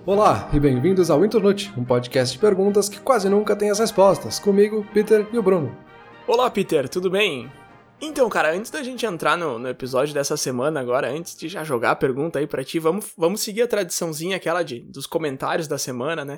Olá e bem-vindos ao Internute, um podcast de perguntas que quase nunca tem as respostas, comigo, Peter e o Bruno. Olá, Peter, tudo bem? Então, cara, antes da gente entrar no episódio dessa semana agora, antes de já jogar a pergunta aí pra ti, vamos seguir a tradiçãozinha aquela dos comentários da semana, né?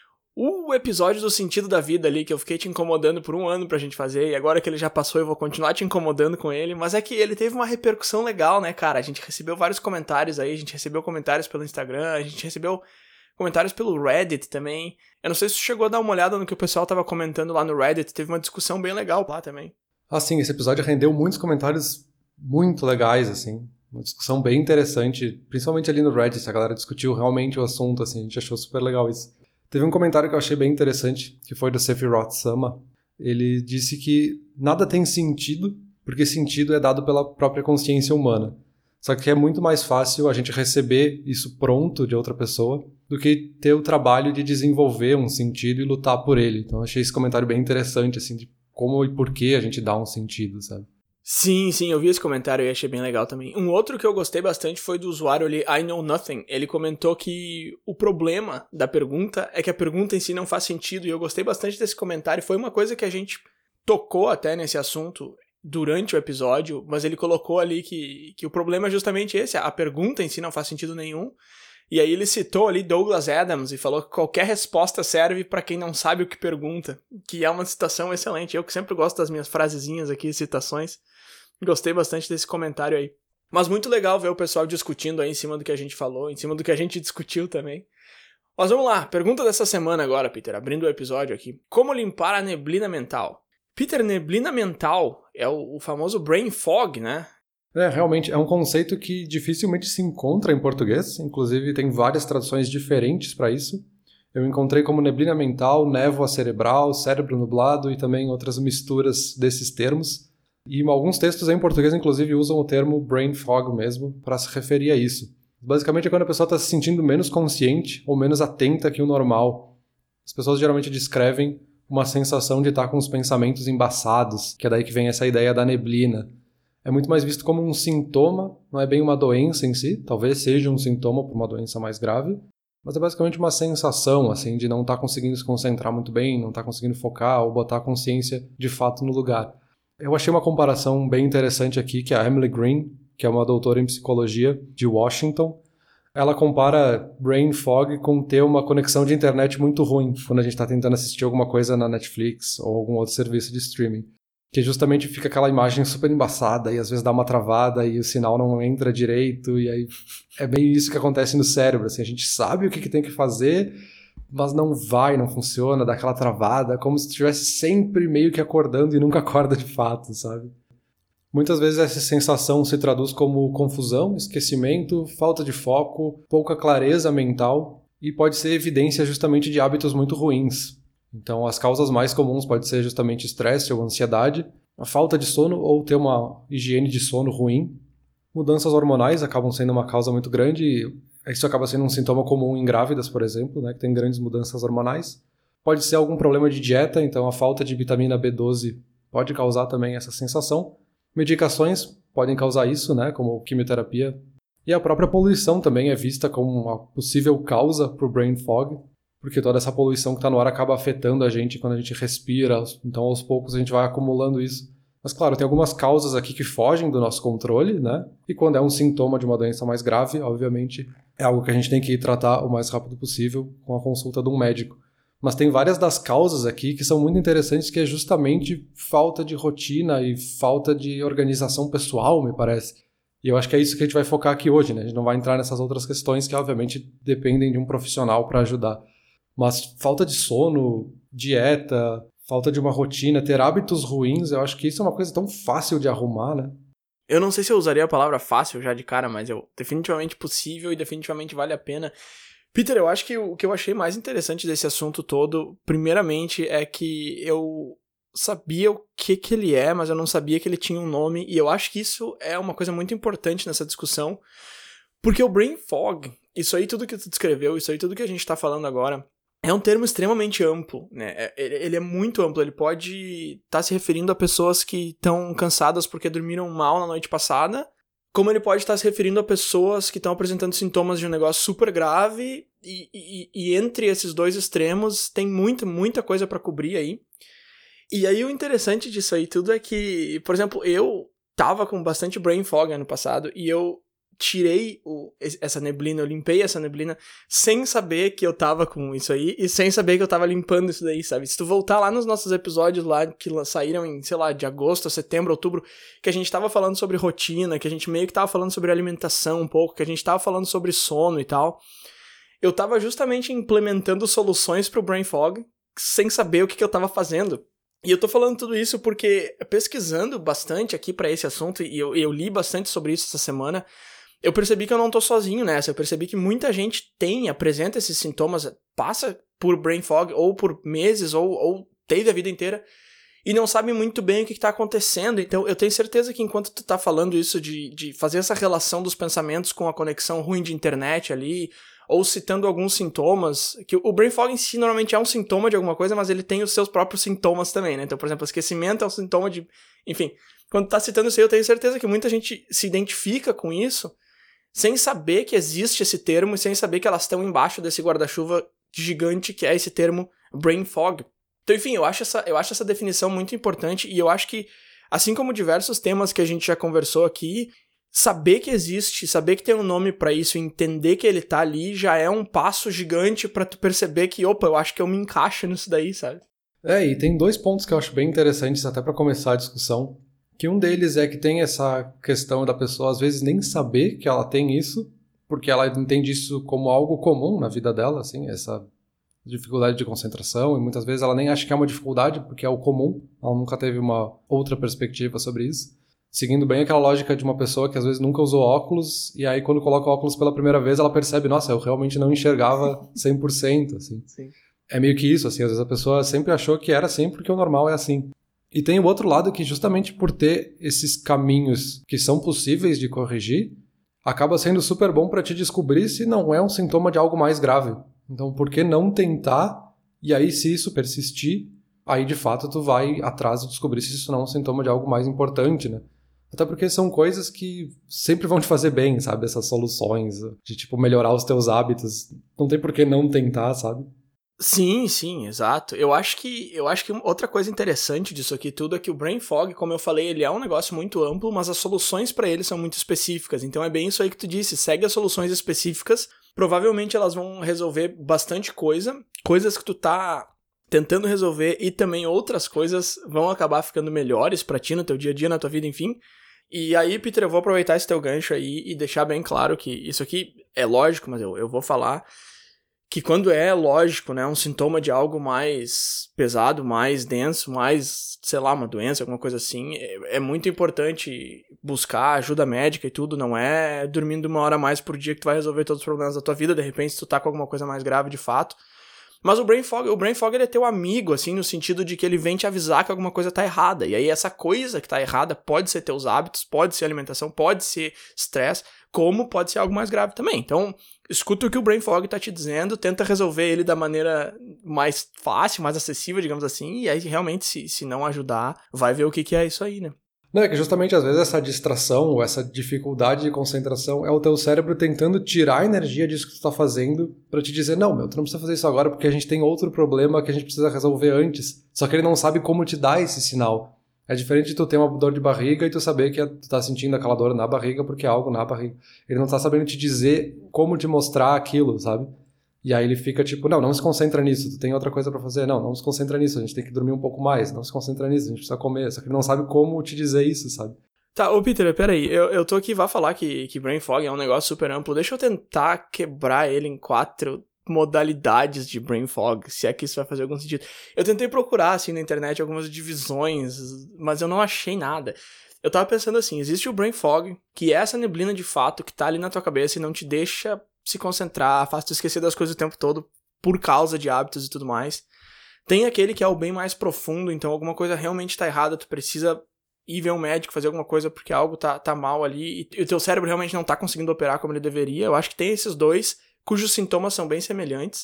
O episódio do sentido da vida ali, que eu fiquei te incomodando por um ano pra gente fazer, e agora que ele já passou eu vou continuar te incomodando com ele, mas é que ele teve uma repercussão legal, né, cara? A gente recebeu vários comentários aí, a gente recebeu comentários pelo Instagram, a gente recebeu comentários pelo Reddit também. Eu não sei se tu chegou a dar uma olhada no que o pessoal tava comentando lá no Reddit, teve uma discussão bem legal lá também. Ah, sim, esse episódio rendeu muitos comentários muito legais, assim. Uma discussão bem interessante, principalmente ali no Reddit, a galera discutiu realmente o assunto, assim, a gente achou super legal isso. Teve um comentário que eu achei bem interessante, que foi do Sephiroth Sama. Ele disse que nada tem sentido, porque sentido é dado pela própria consciência humana. Só que é muito mais fácil a gente receber isso pronto de outra pessoa do que ter o trabalho de desenvolver um sentido e lutar por ele. Então eu achei esse comentário bem interessante, assim, de como e por que a gente dá um sentido, sabe? Sim, eu vi esse comentário e achei bem legal também. Um outro que eu gostei bastante foi do usuário ali, I Know Nothing. Ele comentou que o problema da pergunta é que a pergunta em si não faz sentido, e eu gostei bastante desse comentário. Foi uma coisa que a gente tocou até nesse assunto durante o episódio, mas ele colocou ali que o problema é justamente esse, a pergunta em si não faz sentido nenhum. E aí ele citou ali Douglas Adams e falou que qualquer resposta serve pra quem não sabe o que pergunta, que é uma citação excelente. Eu que sempre gosto das minhas frasezinhas aqui, citações, gostei bastante desse comentário aí. Mas muito legal ver o pessoal discutindo aí em cima do que a gente falou, em cima do que a gente discutiu também. Mas vamos lá, pergunta dessa semana agora, Peter, abrindo o episódio aqui. Como limpar a neblina mental? Peter, neblina mental é o famoso brain fog, né? Realmente, é um conceito que dificilmente se encontra em português, inclusive tem várias traduções diferentes para isso. Eu encontrei como neblina mental, névoa cerebral, cérebro nublado e também outras misturas desses termos. E alguns textos em português, inclusive, usam o termo brain fog mesmo para se referir a isso. Basicamente é quando a pessoa está se sentindo menos consciente ou menos atenta que o normal. As pessoas geralmente descrevem uma sensação de estar com os pensamentos embaçados, que é daí que vem essa ideia da neblina. É muito mais visto como um sintoma, não é bem uma doença em si, talvez seja um sintoma para uma doença mais grave, mas é basicamente uma sensação, assim, de não estar conseguindo se concentrar muito bem, não estar conseguindo focar ou botar a consciência de fato no lugar. Eu achei uma comparação bem interessante aqui, que é a Emily Green, que é uma doutora em psicologia de Washington. Ela compara brain fog com ter uma conexão de internet muito ruim quando a gente está tentando assistir alguma coisa na Netflix ou algum outro serviço de streaming. Que justamente fica aquela imagem super embaçada e às vezes dá uma travada e o sinal não entra direito e aí é bem isso que acontece no cérebro, assim, a gente sabe o que tem que fazer, mas não funciona, dá aquela travada, como se estivesse sempre meio que acordando e nunca acorda de fato, sabe? Muitas vezes essa sensação se traduz como confusão, esquecimento, falta de foco, pouca clareza mental e pode ser evidência justamente de hábitos muito ruins. Então, as causas mais comuns podem ser justamente estresse ou ansiedade, a falta de sono ou ter uma higiene de sono ruim. Mudanças hormonais acabam sendo uma causa muito grande e isso acaba sendo um sintoma comum em grávidas, por exemplo, né, que tem grandes mudanças hormonais. Pode ser algum problema de dieta, então a falta de vitamina B12 pode causar também essa sensação. Medicações podem causar isso, né, como quimioterapia. E a própria poluição também é vista como uma possível causa para o brain fog, porque toda essa poluição que está no ar acaba afetando a gente quando a gente respira, então aos poucos a gente vai acumulando isso. Mas claro, tem algumas causas aqui que fogem do nosso controle, né? E quando é um sintoma de uma doença mais grave, obviamente, é algo que a gente tem que tratar o mais rápido possível com a consulta de um médico. Mas tem várias das causas aqui que são muito interessantes, que é justamente falta de rotina e falta de organização pessoal, me parece. E eu acho que é isso que a gente vai focar aqui hoje, né? A gente não vai entrar nessas outras questões que, obviamente, dependem de um profissional para ajudar. Mas falta de sono, dieta, falta de uma rotina, ter hábitos ruins, eu acho que isso é uma coisa tão fácil de arrumar, né? Eu não sei se eu usaria a palavra fácil já de cara, mas definitivamente possível e definitivamente vale a pena. Peter, eu acho que o que eu achei mais interessante desse assunto todo, primeiramente, é que eu sabia o que ele é, mas eu não sabia que ele tinha um nome, e eu acho que isso é uma coisa muito importante nessa discussão, porque o brain fog, isso aí tudo que tu descreveu, isso aí tudo que a gente tá falando agora, é um termo extremamente amplo, né? Ele é muito amplo, ele pode estar se referindo a pessoas que estão cansadas porque dormiram mal na noite passada, como ele pode estar se referindo a pessoas que estão apresentando sintomas de um negócio super grave E entre esses dois extremos tem muita coisa pra cobrir aí. E aí o interessante disso aí tudo é que, por exemplo, eu tava com bastante brain fog ano passado e eu tirei essa neblina, eu limpei essa neblina sem saber que eu tava com isso aí e sem saber que eu tava limpando isso daí, sabe? Se tu voltar lá nos nossos episódios lá que saíram em, sei lá, de agosto, setembro, outubro, que a gente tava falando sobre rotina, que a gente meio que tava falando sobre alimentação um pouco, que a gente tava falando sobre sono e tal, eu tava justamente implementando soluções pro brain fog sem saber o que eu tava fazendo. E eu tô falando tudo isso porque, pesquisando bastante aqui pra esse assunto, e eu li bastante sobre isso essa semana, eu percebi que eu não tô sozinho nessa, eu percebi que muita gente apresenta esses sintomas, passa por brain fog, ou por meses, ou teve a vida inteira, e não sabe muito bem o que tá acontecendo. Então eu tenho certeza que enquanto tu tá falando isso de fazer essa relação dos pensamentos com a conexão ruim de internet ali, ou citando alguns sintomas, que o brain fog em si normalmente é um sintoma de alguma coisa, mas ele tem os seus próprios sintomas também, né? Então, por exemplo, esquecimento é um sintoma de... Enfim, quando tá citando isso aí, eu tenho certeza que muita gente se identifica com isso, sem saber que existe esse termo e sem saber que elas estão embaixo desse guarda-chuva gigante que é esse termo brain fog. Então, enfim, eu acho essa definição muito importante e eu acho que, assim como diversos temas que a gente já conversou aqui, saber que existe, saber que tem um nome pra isso, entender que ele tá ali, já é um passo gigante pra tu perceber que, opa, eu acho que eu me encaixo nisso daí, sabe? E tem 2 pontos que eu acho bem interessantes até pra começar a discussão. Que um deles é que tem essa questão da pessoa às vezes nem saber que ela tem isso, porque ela entende isso como algo comum na vida dela, assim, essa dificuldade de concentração, e muitas vezes ela nem acha que é uma dificuldade, porque é o comum, ela nunca teve uma outra perspectiva sobre isso. Seguindo bem aquela lógica de uma pessoa que às vezes nunca usou óculos, e aí quando coloca o óculos pela primeira vez, ela percebe, nossa, eu realmente não enxergava 100%, assim. Sim. É meio que isso, assim, às vezes a pessoa sempre achou que era assim, porque o normal é assim. E tem o outro lado que justamente por ter esses caminhos que são possíveis de corrigir, acaba sendo super bom para te descobrir se não é um sintoma de algo mais grave. Então, por que não tentar? E aí, se isso persistir, aí de fato tu vai atrás de descobrir se isso não é um sintoma de algo mais importante, né? Até porque são coisas que sempre vão te fazer bem, sabe? Essas soluções de, tipo, melhorar os teus hábitos. Não tem por que não tentar, sabe? Sim, exato. Eu acho que outra coisa interessante disso aqui tudo é que o brain fog, como eu falei, ele é um negócio muito amplo, mas as soluções pra ele são muito específicas. Então é bem isso aí que tu disse, segue as soluções específicas, provavelmente elas vão resolver bastante coisas que tu tá tentando resolver e também outras coisas vão acabar ficando melhores pra ti no teu dia a dia, na tua vida, enfim. E aí, Peter, eu vou aproveitar esse teu gancho aí e deixar bem claro que isso aqui é lógico, mas eu vou falar que quando é lógico, né, um sintoma de algo mais pesado, mais denso, mais, sei lá, uma doença, alguma coisa assim, é muito importante buscar ajuda médica e tudo, não é dormindo 1 hora a mais por dia que tu vai resolver todos os problemas da tua vida, de repente se tu tá com alguma coisa mais grave de fato. Mas o brain fog ele é teu amigo, assim, no sentido de que ele vem te avisar que alguma coisa tá errada, e aí essa coisa que tá errada pode ser teus hábitos, pode ser alimentação, pode ser estresse, como pode ser algo mais grave também. Então, escuta o que o brain fog tá te dizendo, tenta resolver ele da maneira mais fácil, mais acessível, digamos assim, e aí realmente, se não ajudar, vai ver o que é isso aí, né? Não, é que justamente às vezes essa distração ou essa dificuldade de concentração é o teu cérebro tentando tirar a energia disso que tu tá fazendo pra te dizer, não, tu não precisa fazer isso agora porque a gente tem outro problema que a gente precisa resolver antes. Só que ele não sabe como te dar esse sinal. É diferente de tu ter uma dor de barriga e tu saber que tu tá sentindo aquela dor na barriga porque é algo na barriga. Ele não tá sabendo te dizer como te mostrar aquilo, sabe? E aí ele fica tipo, não se concentra nisso, tu tem outra coisa pra fazer. Não se concentra nisso, a gente tem que dormir um pouco mais. Não se concentra nisso, a gente precisa comer. Só que ele não sabe como te dizer isso, sabe? Tá, ô Peter, peraí, eu tô aqui, vai falar que brain fog é um negócio super amplo. Deixa eu tentar quebrar ele em 4 modalidades de brain fog, se é que isso vai fazer algum sentido. Eu tentei procurar, assim, na internet algumas divisões, mas eu não achei nada. Eu tava pensando assim, existe o brain fog, que é essa neblina de fato que tá ali na tua cabeça e não te deixa se concentrar, faz tu esquecer das coisas o tempo todo por causa de hábitos e tudo mais. Tem aquele que é o bem mais profundo, então alguma coisa realmente tá errada, tu precisa ir ver um médico, fazer alguma coisa porque algo tá mal ali e o teu cérebro realmente não tá conseguindo operar como ele deveria. Eu acho que tem esses dois cujos sintomas são bem semelhantes.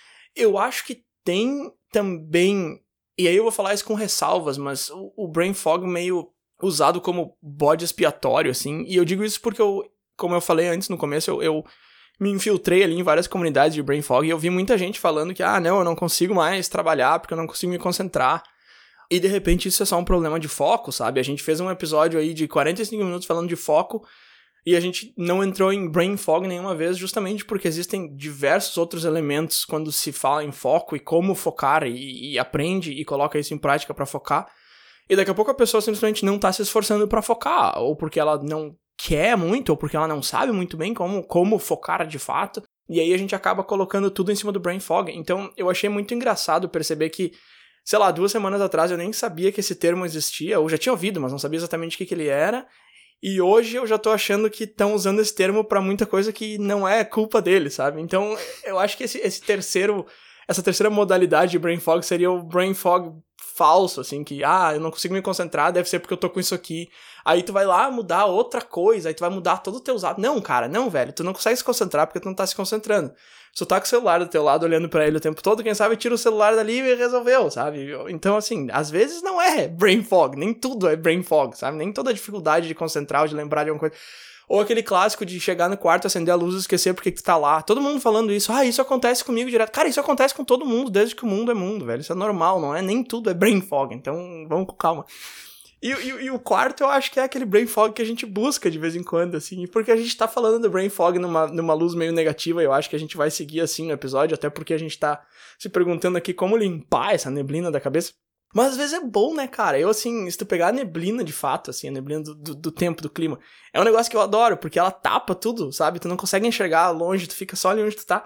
Eu acho que tem também, e aí eu vou falar isso com ressalvas, mas o brain fog meio usado como bode expiatório, assim, e eu digo isso porque como eu falei antes no começo, eu me infiltrei ali em várias comunidades de brain fog e eu vi muita gente falando que, não, eu não consigo mais trabalhar porque eu não consigo me concentrar. E de repente isso é só um problema de foco, sabe? A gente fez um episódio aí de 45 minutos falando de foco e a gente não entrou em brain fog nenhuma vez justamente porque existem diversos outros elementos quando se fala em foco e como focar e aprende e coloca isso em prática pra focar. E daqui a pouco a pessoa simplesmente não tá se esforçando pra focar, ou porque ela não quer muito, ou porque ela não sabe muito bem como focar de fato. E aí a gente acaba colocando tudo em cima do brain fog. Então eu achei muito engraçado perceber que, sei lá, 2 semanas atrás eu nem sabia que esse termo existia, ou já tinha ouvido, mas não sabia exatamente o que ele era. E hoje eu já tô achando que estão usando esse termo pra muita coisa que não é culpa dele, sabe? Então eu acho que essa terceira modalidade de brain fog seria o brain fog falso, assim, que, eu não consigo me concentrar, deve ser porque eu tô com isso aqui. Aí tu vai lá mudar outra coisa, aí tu vai mudar todo o teu usado. Não, cara, não, velho, tu não consegue se concentrar porque tu não tá se concentrando. Se tu tá com o celular do teu lado, olhando pra ele o tempo todo, quem sabe tira o celular dali e resolveu, sabe? Então, assim, às vezes não é brain fog, nem tudo é brain fog, sabe? Nem toda dificuldade de concentrar ou de lembrar de alguma coisa. Ou aquele clássico de chegar no quarto, acender a luz e esquecer porque que tu tá lá. Todo mundo falando isso. Isso acontece comigo direto. Cara, isso acontece com todo mundo, desde que o mundo é mundo, velho. Isso é normal, não é? Nem tudo é brain fog. Então, vamos com calma. E o quarto, eu acho que é aquele brain fog que a gente busca de vez em quando, assim. E porque a gente tá falando do brain fog numa luz meio negativa, eu acho que a gente vai seguir assim no episódio, até porque a gente tá se perguntando aqui como limpar essa neblina da cabeça. Mas às vezes é bom, né, cara? Eu, assim, se tu pegar a neblina de fato, assim, a neblina do tempo, do clima, é um negócio que eu adoro, porque ela tapa tudo, sabe? Tu não consegue enxergar longe, tu fica só ali onde tu tá.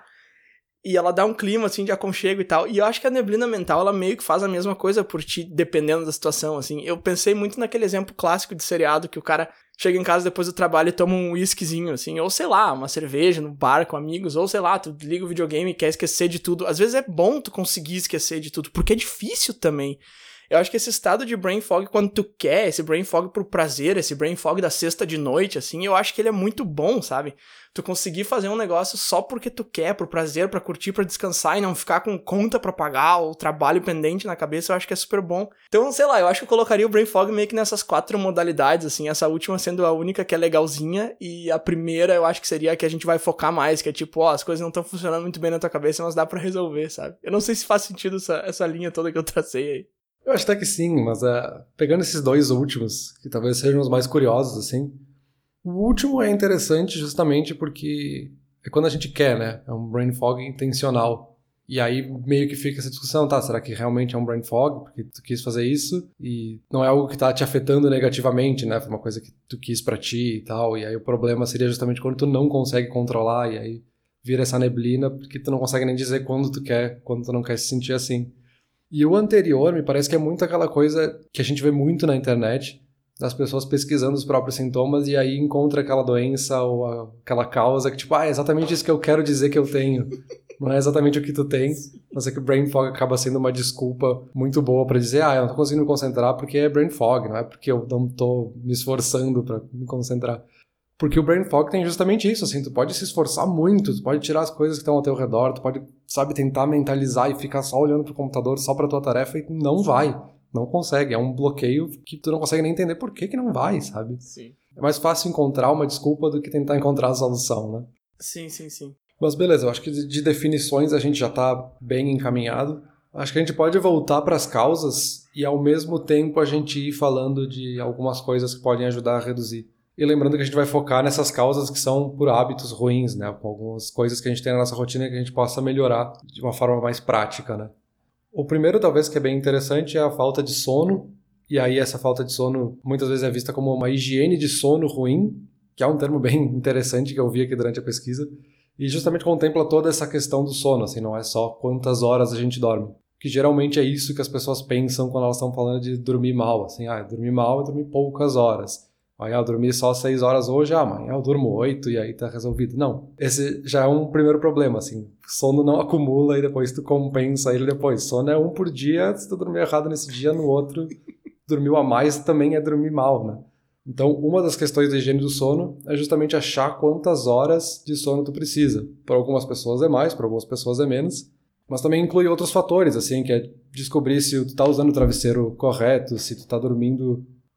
E ela dá um clima, assim, de aconchego e tal. E eu acho que a neblina mental, ela meio que faz a mesma coisa por ti, dependendo da situação, assim. Eu pensei muito naquele exemplo clássico de seriado que o cara chega em casa depois do trabalho e toma um whiskyzinho, assim. Ou, sei lá, uma cerveja no bar com amigos. Ou, sei lá, tu liga o videogame e quer esquecer de tudo. Às vezes é bom tu conseguir esquecer de tudo, porque é difícil também. Eu acho que esse estado de brain fog, quando tu quer, esse brain fog por prazer, esse brain fog da sexta de noite, assim, eu acho que ele é muito bom, sabe? Tu conseguir fazer um negócio só porque tu quer, por prazer, pra curtir, pra descansar e não ficar com conta pra pagar ou trabalho pendente na cabeça, eu acho que é super bom. Então, sei lá, eu acho que eu colocaria o brain fog meio que nessas 4 modalidades, assim, essa última sendo a única que é legalzinha e a primeira eu acho que seria a que a gente vai focar mais, que é tipo, as coisas não estão funcionando muito bem na tua cabeça, mas dá pra resolver, sabe? Eu não sei se faz sentido essa linha toda que eu tracei aí. Eu acho até que sim, mas pegando esses 2 últimos, que talvez sejam os mais curiosos, assim, o último é interessante justamente porque é quando a gente quer, né? É um brain fog intencional. E aí meio que fica essa discussão, tá, será que realmente é um brain fog? Porque tu quis fazer isso e não é algo que tá te afetando negativamente, né? Foi uma coisa que tu quis pra ti e tal. E aí o problema seria justamente quando tu não consegue controlar e aí vira essa neblina porque tu não consegue nem dizer quando tu não quer se sentir assim. E o anterior me parece que é muito aquela coisa que a gente vê muito na internet, das pessoas pesquisando os próprios sintomas e aí encontra aquela doença ou aquela causa que tipo, é exatamente isso que eu quero dizer que eu tenho. Não é exatamente o que tu tem, mas é que o brain fog acaba sendo uma desculpa muito boa pra dizer, eu não tô conseguindo me concentrar porque é brain fog, não é porque eu não tô me esforçando pra me concentrar. Porque o brain fog tem justamente isso, assim, tu pode se esforçar muito, tu pode tirar as coisas que estão ao teu redor, tu pode, sabe, tentar mentalizar e ficar só olhando pro computador, só pra tua tarefa e não vai, não consegue, é um bloqueio que tu não consegue nem entender por que não vai, sabe? Sim. É mais fácil encontrar uma desculpa do que tentar encontrar a solução, né? Sim. Mas beleza, eu acho que de definições a gente já tá bem encaminhado. Acho que a gente pode voltar pras causas e ao mesmo tempo a gente ir falando de algumas coisas que podem ajudar a reduzir. E lembrando que a gente vai focar nessas causas que são por hábitos ruins, né? Com algumas coisas que a gente tem na nossa rotina que a gente possa melhorar de uma forma mais prática, né? O primeiro, talvez, que é bem interessante é a falta de sono. E aí essa falta de sono muitas vezes é vista como uma higiene de sono ruim, que é um termo bem interessante que eu vi aqui durante a pesquisa. E justamente contempla toda essa questão do sono, assim, não é só quantas horas a gente dorme. Que geralmente é isso que as pessoas pensam quando elas estão falando de dormir mal. Assim, dormir mal é dormir poucas horas. Aí eu dormi só 6 horas hoje, amanhã eu durmo 8 e aí tá resolvido. Não, esse já é um primeiro problema, assim. Sono não acumula e depois tu compensa ele depois. Sono é 1 por dia, se tu dormiu errado nesse dia, no outro dormiu a mais também é dormir mal, né? Então, uma das questões da higiene do sono é justamente achar quantas horas de sono tu precisa. Para algumas pessoas é mais, para algumas pessoas é menos. Mas também inclui outros fatores, assim, que é descobrir se tu tá usando o travesseiro correto, se tu tá dormindo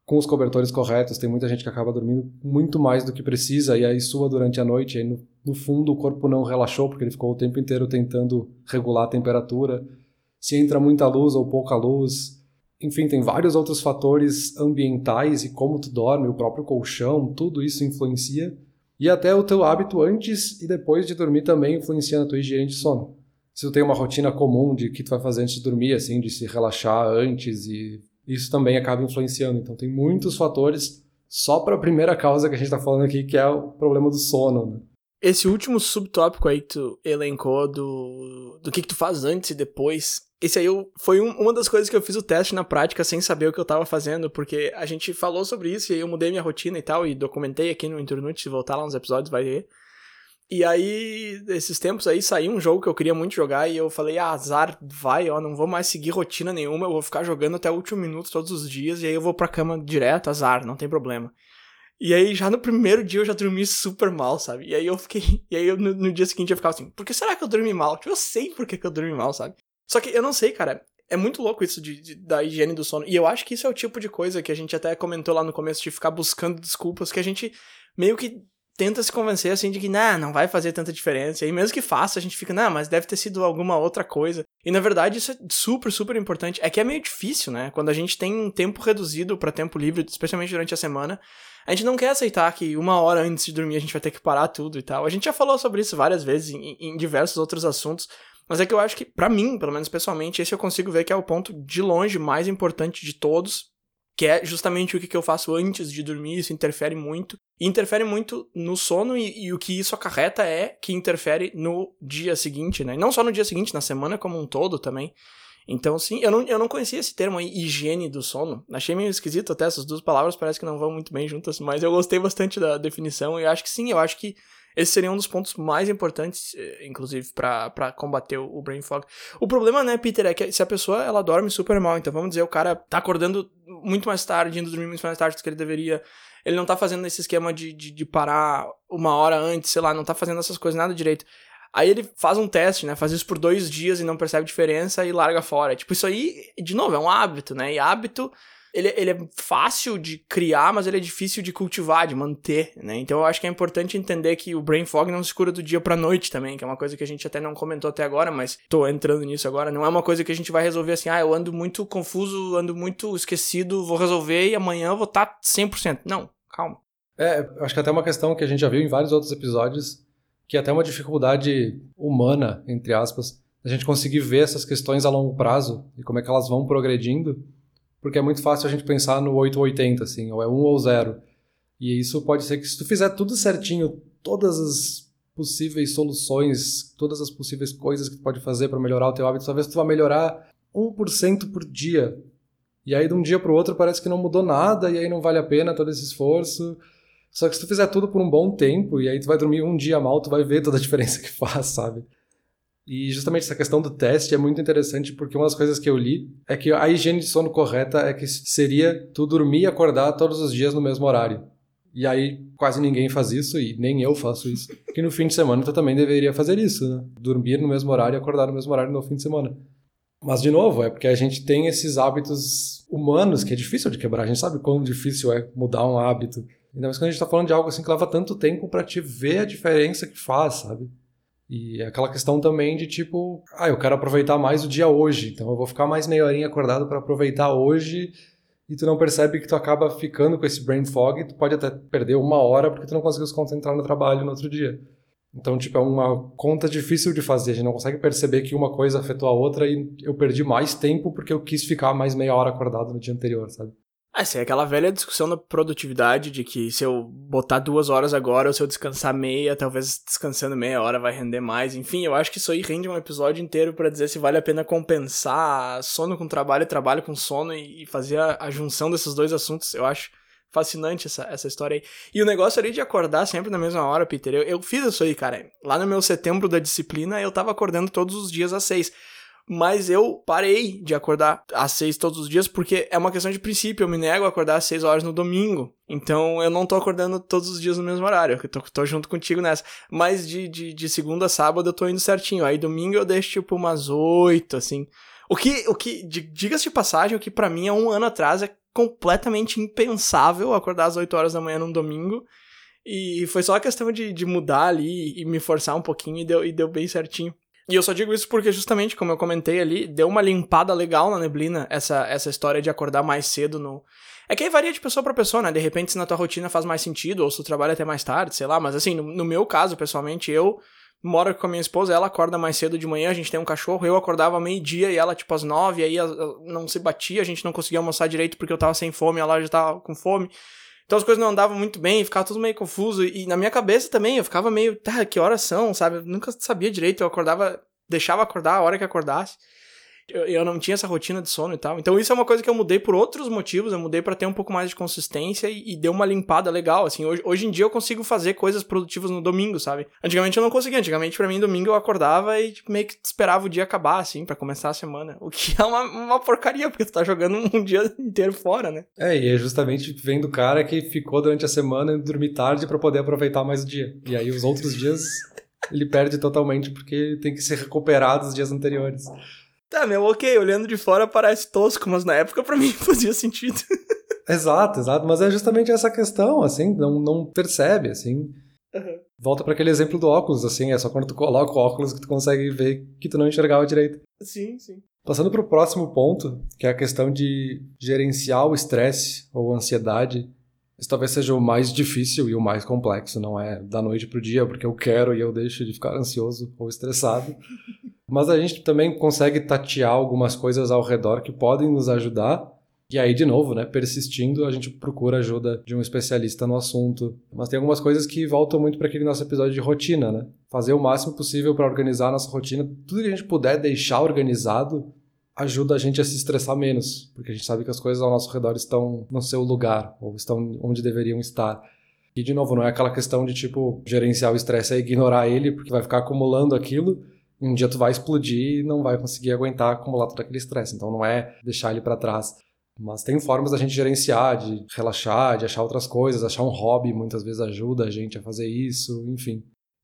com os cobertores corretos. Tem muita gente que acaba dormindo muito mais do que precisa e aí sua durante a noite, e aí no fundo o corpo não relaxou porque ele ficou o tempo inteiro tentando regular a temperatura. Se entra muita luz ou pouca luz. Enfim, tem vários outros fatores ambientais e como tu dorme, o próprio colchão, tudo isso influencia. E até o teu hábito antes e depois de dormir também influencia na tua higiene de sono. Se tu tem uma rotina comum de que tu vai fazer antes de dormir, assim, de se relaxar antes, e isso também acaba influenciando. Então tem muitos fatores só para a primeira causa que a gente está falando aqui, que é o problema do sono, né? Esse último subtópico aí que tu elencou do que tu faz antes e depois, esse aí foi uma das coisas que eu fiz o teste na prática sem saber o que eu tava fazendo, porque a gente falou sobre isso e aí eu mudei minha rotina e tal, e documentei aqui no Internute, se voltar lá nos episódios vai ver. E aí, esses tempos aí, saiu um jogo que eu queria muito jogar e eu falei, azar, não vou mais seguir rotina nenhuma, eu vou ficar jogando até o último minuto todos os dias e aí eu vou pra cama direto, azar, não tem problema. E aí, já no primeiro dia eu já dormi super mal, sabe? E aí no dia seguinte eu ficava assim, por que será que eu dormi mal? Tipo, eu sei por que eu dormi mal, sabe? Só que eu não sei, cara, é muito louco isso da higiene do sono. E eu acho que isso é o tipo de coisa que a gente até comentou lá no começo, de ficar buscando desculpas, que a gente meio que tenta se convencer, assim, de que, não vai fazer tanta diferença. E mesmo que faça, a gente fica, mas deve ter sido alguma outra coisa. E, na verdade, isso é super, super importante. É que é meio difícil, né? Quando a gente tem um tempo reduzido pra tempo livre, especialmente durante a semana, a gente não quer aceitar que 1 hora antes de dormir a gente vai ter que parar tudo e tal. A gente já falou sobre isso várias vezes em diversos outros assuntos, mas é que eu acho que, pra mim, pelo menos pessoalmente, esse eu consigo ver que é o ponto de longe mais importante de todos, que é justamente o que eu faço antes de dormir. Isso interfere muito. E interfere muito no sono e o que isso acarreta é que interfere no dia seguinte, né? E não só no dia seguinte, na semana como um todo também. Então, sim, eu não conhecia esse termo aí, higiene do sono. Achei meio esquisito até, essas duas palavras parece que não vão muito bem juntas, mas eu gostei bastante da definição e acho que sim, eu acho que esse seria um dos pontos mais importantes, inclusive, pra combater o brain fog. O problema, né, Peter, é que se a pessoa, ela dorme super mal, então vamos dizer, o cara tá acordando muito mais tarde, indo dormir muito mais tarde do que ele deveria, ele não tá fazendo esse esquema de parar 1 hora antes, sei lá, não tá fazendo essas coisas nada direito. Aí ele faz um teste, né, faz isso por 2 dias e não percebe diferença e larga fora. Tipo, isso aí, de novo, é um hábito, né, e hábito, ele é fácil de criar, mas ele é difícil de cultivar, de manter, né? Então eu acho que é importante entender que o brain fog não se cura do dia pra noite também, que é uma coisa que a gente até não comentou até agora, mas tô entrando nisso agora. Não é uma coisa que a gente vai resolver assim, eu ando muito confuso, ando muito esquecido, vou resolver e amanhã eu vou estar 100%. Não, calma. Acho que até uma questão que a gente já viu em vários outros episódios, que é até uma dificuldade humana, entre aspas, a gente conseguir ver essas questões a longo prazo e como é que elas vão progredindo. Porque é muito fácil a gente pensar no 880, assim, ou é 1 ou 0. E isso pode ser que se tu fizer tudo certinho, todas as possíveis soluções, todas as possíveis coisas que tu pode fazer para melhorar o teu hábito, talvez tu vá melhorar 1% por dia. E aí de um dia para o outro parece que não mudou nada, e aí não vale a pena todo esse esforço. Só que se tu fizer tudo por um bom tempo, e aí tu vai dormir um dia mal, tu vai ver toda a diferença que faz, sabe? E justamente essa questão do teste é muito interessante porque uma das coisas que eu li é que a higiene de sono correta é que seria tu dormir e acordar todos os dias no mesmo horário. E aí quase ninguém faz isso e nem eu faço isso. Que no fim de semana tu também deveria fazer isso, né? Dormir no mesmo horário e acordar no mesmo horário no fim de semana. Mas, de novo, é porque a gente tem esses hábitos humanos que é difícil de quebrar. A gente sabe quão difícil é mudar um hábito. Ainda mais quando a gente tá falando de algo assim que leva tanto tempo pra te ver a diferença que faz, sabe? E é aquela questão também de tipo, eu quero aproveitar mais o dia hoje, então eu vou ficar mais meia horinha acordado para aproveitar hoje, e tu não percebe que tu acaba ficando com esse brain fog, e tu pode até perder 1 hora porque tu não conseguiu se concentrar no trabalho no outro dia. Então, tipo, é uma conta difícil de fazer, a gente não consegue perceber que uma coisa afetou a outra e eu perdi mais tempo porque eu quis ficar mais meia hora acordado no dia anterior, sabe? Essa é aquela velha discussão da produtividade, de que se eu botar 2 horas agora, ou se eu descansar meia, talvez descansando meia hora vai render mais. Enfim, eu acho que isso aí rende um episódio inteiro pra dizer se vale a pena compensar sono com trabalho e trabalho com sono e fazer a junção desses dois assuntos. Eu acho fascinante essa história aí. E o negócio ali de acordar sempre na mesma hora, Peter, eu fiz isso aí, cara. Lá no meu setembro da disciplina, eu tava acordando todos os dias às 6. Mas eu parei de acordar às 6 todos os dias porque é uma questão de princípio. Eu me nego a acordar às 6 horas no domingo. Então eu não tô acordando todos os dias no mesmo horário. Eu tô junto contigo nessa. Mas de segunda a sábado eu tô indo certinho. Aí domingo eu deixo tipo umas 8, assim. O que diga-se de passagem, o que pra mim há 1 ano atrás é completamente impensável acordar às 8 horas da manhã num domingo. E foi só a questão de mudar ali e me forçar um pouquinho e deu bem certinho. E eu só digo isso porque justamente, como eu comentei ali, deu uma limpada legal na neblina essa história de acordar mais cedo no... É que aí varia de pessoa pra pessoa, né? De repente, se na tua rotina faz mais sentido, ou se tu trabalha até mais tarde, sei lá. Mas assim, no meu caso, pessoalmente, eu moro com a minha esposa, ela acorda mais cedo de manhã, a gente tem um cachorro, eu acordava meio-dia e ela tipo às 9, aí não se batia, a gente não conseguia almoçar direito porque eu tava sem fome, ela já tava com fome. Então as coisas não andavam muito bem, ficava tudo meio confuso. E na minha cabeça também, eu ficava meio, tá, que horas são, sabe? Eu nunca sabia direito, eu acordava, deixava acordar a hora que acordasse. Eu não tinha essa rotina de sono e tal. Então isso é uma coisa que eu mudei por outros motivos, eu mudei pra ter um pouco mais de consistência e deu uma limpada legal, assim. Hoje em dia eu consigo fazer coisas produtivas no domingo, sabe? Antigamente eu não conseguia, antigamente pra mim domingo eu acordava e tipo, meio que esperava o dia acabar, assim, pra começar a semana. O que é uma porcaria, porque tu tá jogando um dia inteiro fora, né? E é justamente vem do cara que ficou durante a semana e dormir tarde pra poder aproveitar mais o dia. E aí os outros dias ele perde totalmente porque tem que se recuperar dos dias anteriores. Tá, ok, olhando de fora parece tosco, mas na época pra mim fazia sentido. Exato, mas é justamente essa questão, assim, não percebe, assim. Uhum. Volta pra aquele exemplo do óculos, assim, é só quando tu coloca o óculos que tu consegue ver que tu não enxergava direito. Sim. Passando pro próximo ponto, que é a questão de gerenciar o estresse ou ansiedade. Isso talvez seja o mais difícil e o mais complexo, não é da noite pro dia, porque eu quero e eu deixo de ficar ansioso ou estressado. Mas a gente também consegue tatear algumas coisas ao redor que podem nos ajudar. E aí, de novo, né, persistindo, a gente procura ajuda de um especialista no assunto. Mas tem algumas coisas que voltam muito para aquele nosso episódio de rotina, né? Fazer o máximo possível para organizar a nossa rotina. Tudo que a gente puder deixar organizado ajuda a gente a se estressar menos. Porque a gente sabe que as coisas ao nosso redor estão no seu lugar, ou estão onde deveriam estar. E, de novo, não é aquela questão de, tipo, gerenciar o estresse é ignorar ele, porque vai ficar acumulando aquilo. Um dia tu vai explodir e não vai conseguir aguentar acumular todo aquele estresse. Então não é deixar ele para trás. Mas tem formas da gente gerenciar, de relaxar, de achar outras coisas, achar um hobby muitas vezes ajuda a gente a fazer isso, enfim.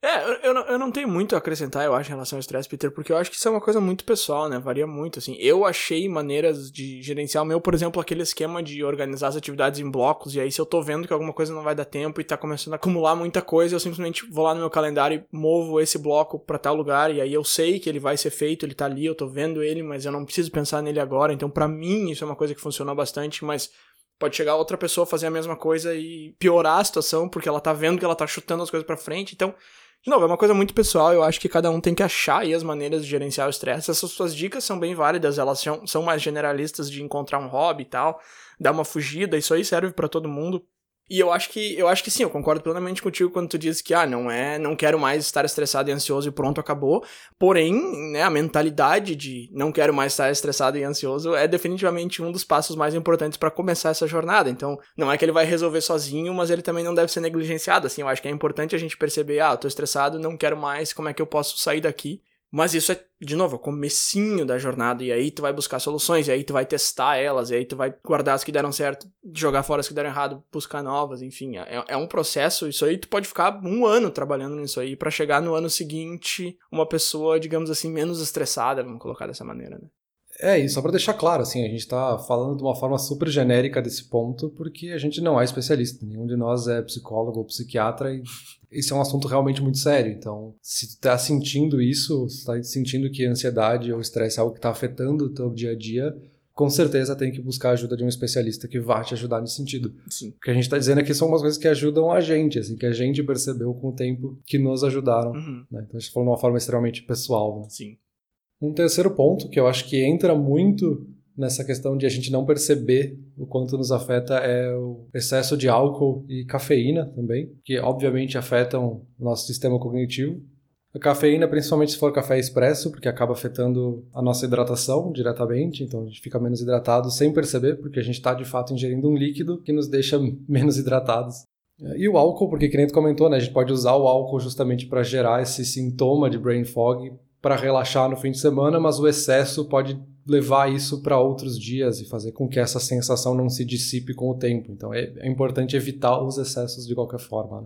Eu não tenho muito a acrescentar, eu acho, em relação ao estresse, Peter, porque eu acho que isso é uma coisa muito pessoal, né? Varia muito, assim. Eu achei maneiras de gerenciar o meu, por exemplo, aquele esquema de organizar as atividades em blocos, e aí se eu tô vendo que alguma coisa não vai dar tempo e tá começando a acumular muita coisa, eu simplesmente vou lá no meu calendário e movo esse bloco pra tal lugar, e aí eu sei que ele vai ser feito, ele tá ali, eu tô vendo ele, mas eu não preciso pensar nele agora. Então, pra mim, isso é uma coisa que funcionou bastante, mas pode chegar outra pessoa fazer a mesma coisa e piorar a situação, porque ela tá vendo que ela tá chutando as coisas pra frente. Então, de novo, é uma coisa muito pessoal, eu acho que cada um tem que achar aí as maneiras de gerenciar o estresse. Essas suas dicas são bem válidas, elas são mais generalistas de encontrar um hobby e tal, dar uma fugida, isso aí serve pra todo mundo. E eu acho que sim, eu concordo plenamente contigo quando tu diz que, não quero mais estar estressado e ansioso e pronto, acabou. Porém, né, a mentalidade de não quero mais estar estressado e ansioso é definitivamente um dos passos mais importantes para começar essa jornada. Então, não é que ele vai resolver sozinho, mas ele também não deve ser negligenciado, assim. Eu acho que é importante a gente perceber, eu tô estressado, não quero mais, como é que eu posso sair daqui? Mas isso é, de novo, o comecinho da jornada, e aí tu vai buscar soluções, e aí tu vai testar elas, e aí tu vai guardar as que deram certo, jogar fora as que deram errado, buscar novas, enfim, é um processo. Isso aí tu pode ficar 1 ano trabalhando nisso aí, pra chegar no ano seguinte uma pessoa, digamos assim, menos estressada, vamos colocar dessa maneira, né? E só para deixar claro, assim, a gente tá falando de uma forma super genérica desse ponto, porque a gente não é especialista, nenhum de nós é psicólogo ou psiquiatra, e esse é um assunto realmente muito sério. Então, se tu tá sentindo isso, se tu tá sentindo que a ansiedade ou o estresse é algo que tá afetando o teu dia a dia, com certeza tem que buscar a ajuda de um especialista que vá te ajudar nesse sentido. Sim. O que a gente tá dizendo aqui são umas coisas que ajudam a gente, assim, que a gente percebeu com o tempo que nos ajudaram. Né? Então, a gente falou de uma forma extremamente pessoal. Né? Sim. Um terceiro ponto, que eu acho que entra muito nessa questão de a gente não perceber o quanto nos afeta, é o excesso de álcool e cafeína também, que obviamente afetam o nosso sistema cognitivo. A cafeína, principalmente se for café expresso, porque acaba afetando a nossa hidratação diretamente, então a gente fica menos hidratado sem perceber, porque a gente está de fato ingerindo um líquido que nos deixa menos hidratados. E o álcool, porque que nem tu comentou, né, a gente pode usar o álcool justamente para gerar esse sintoma de brain fog, para relaxar no fim de semana, mas o excesso pode levar isso para outros dias e fazer com que essa sensação não se dissipe com o tempo. Então é importante evitar os excessos de qualquer forma. Né?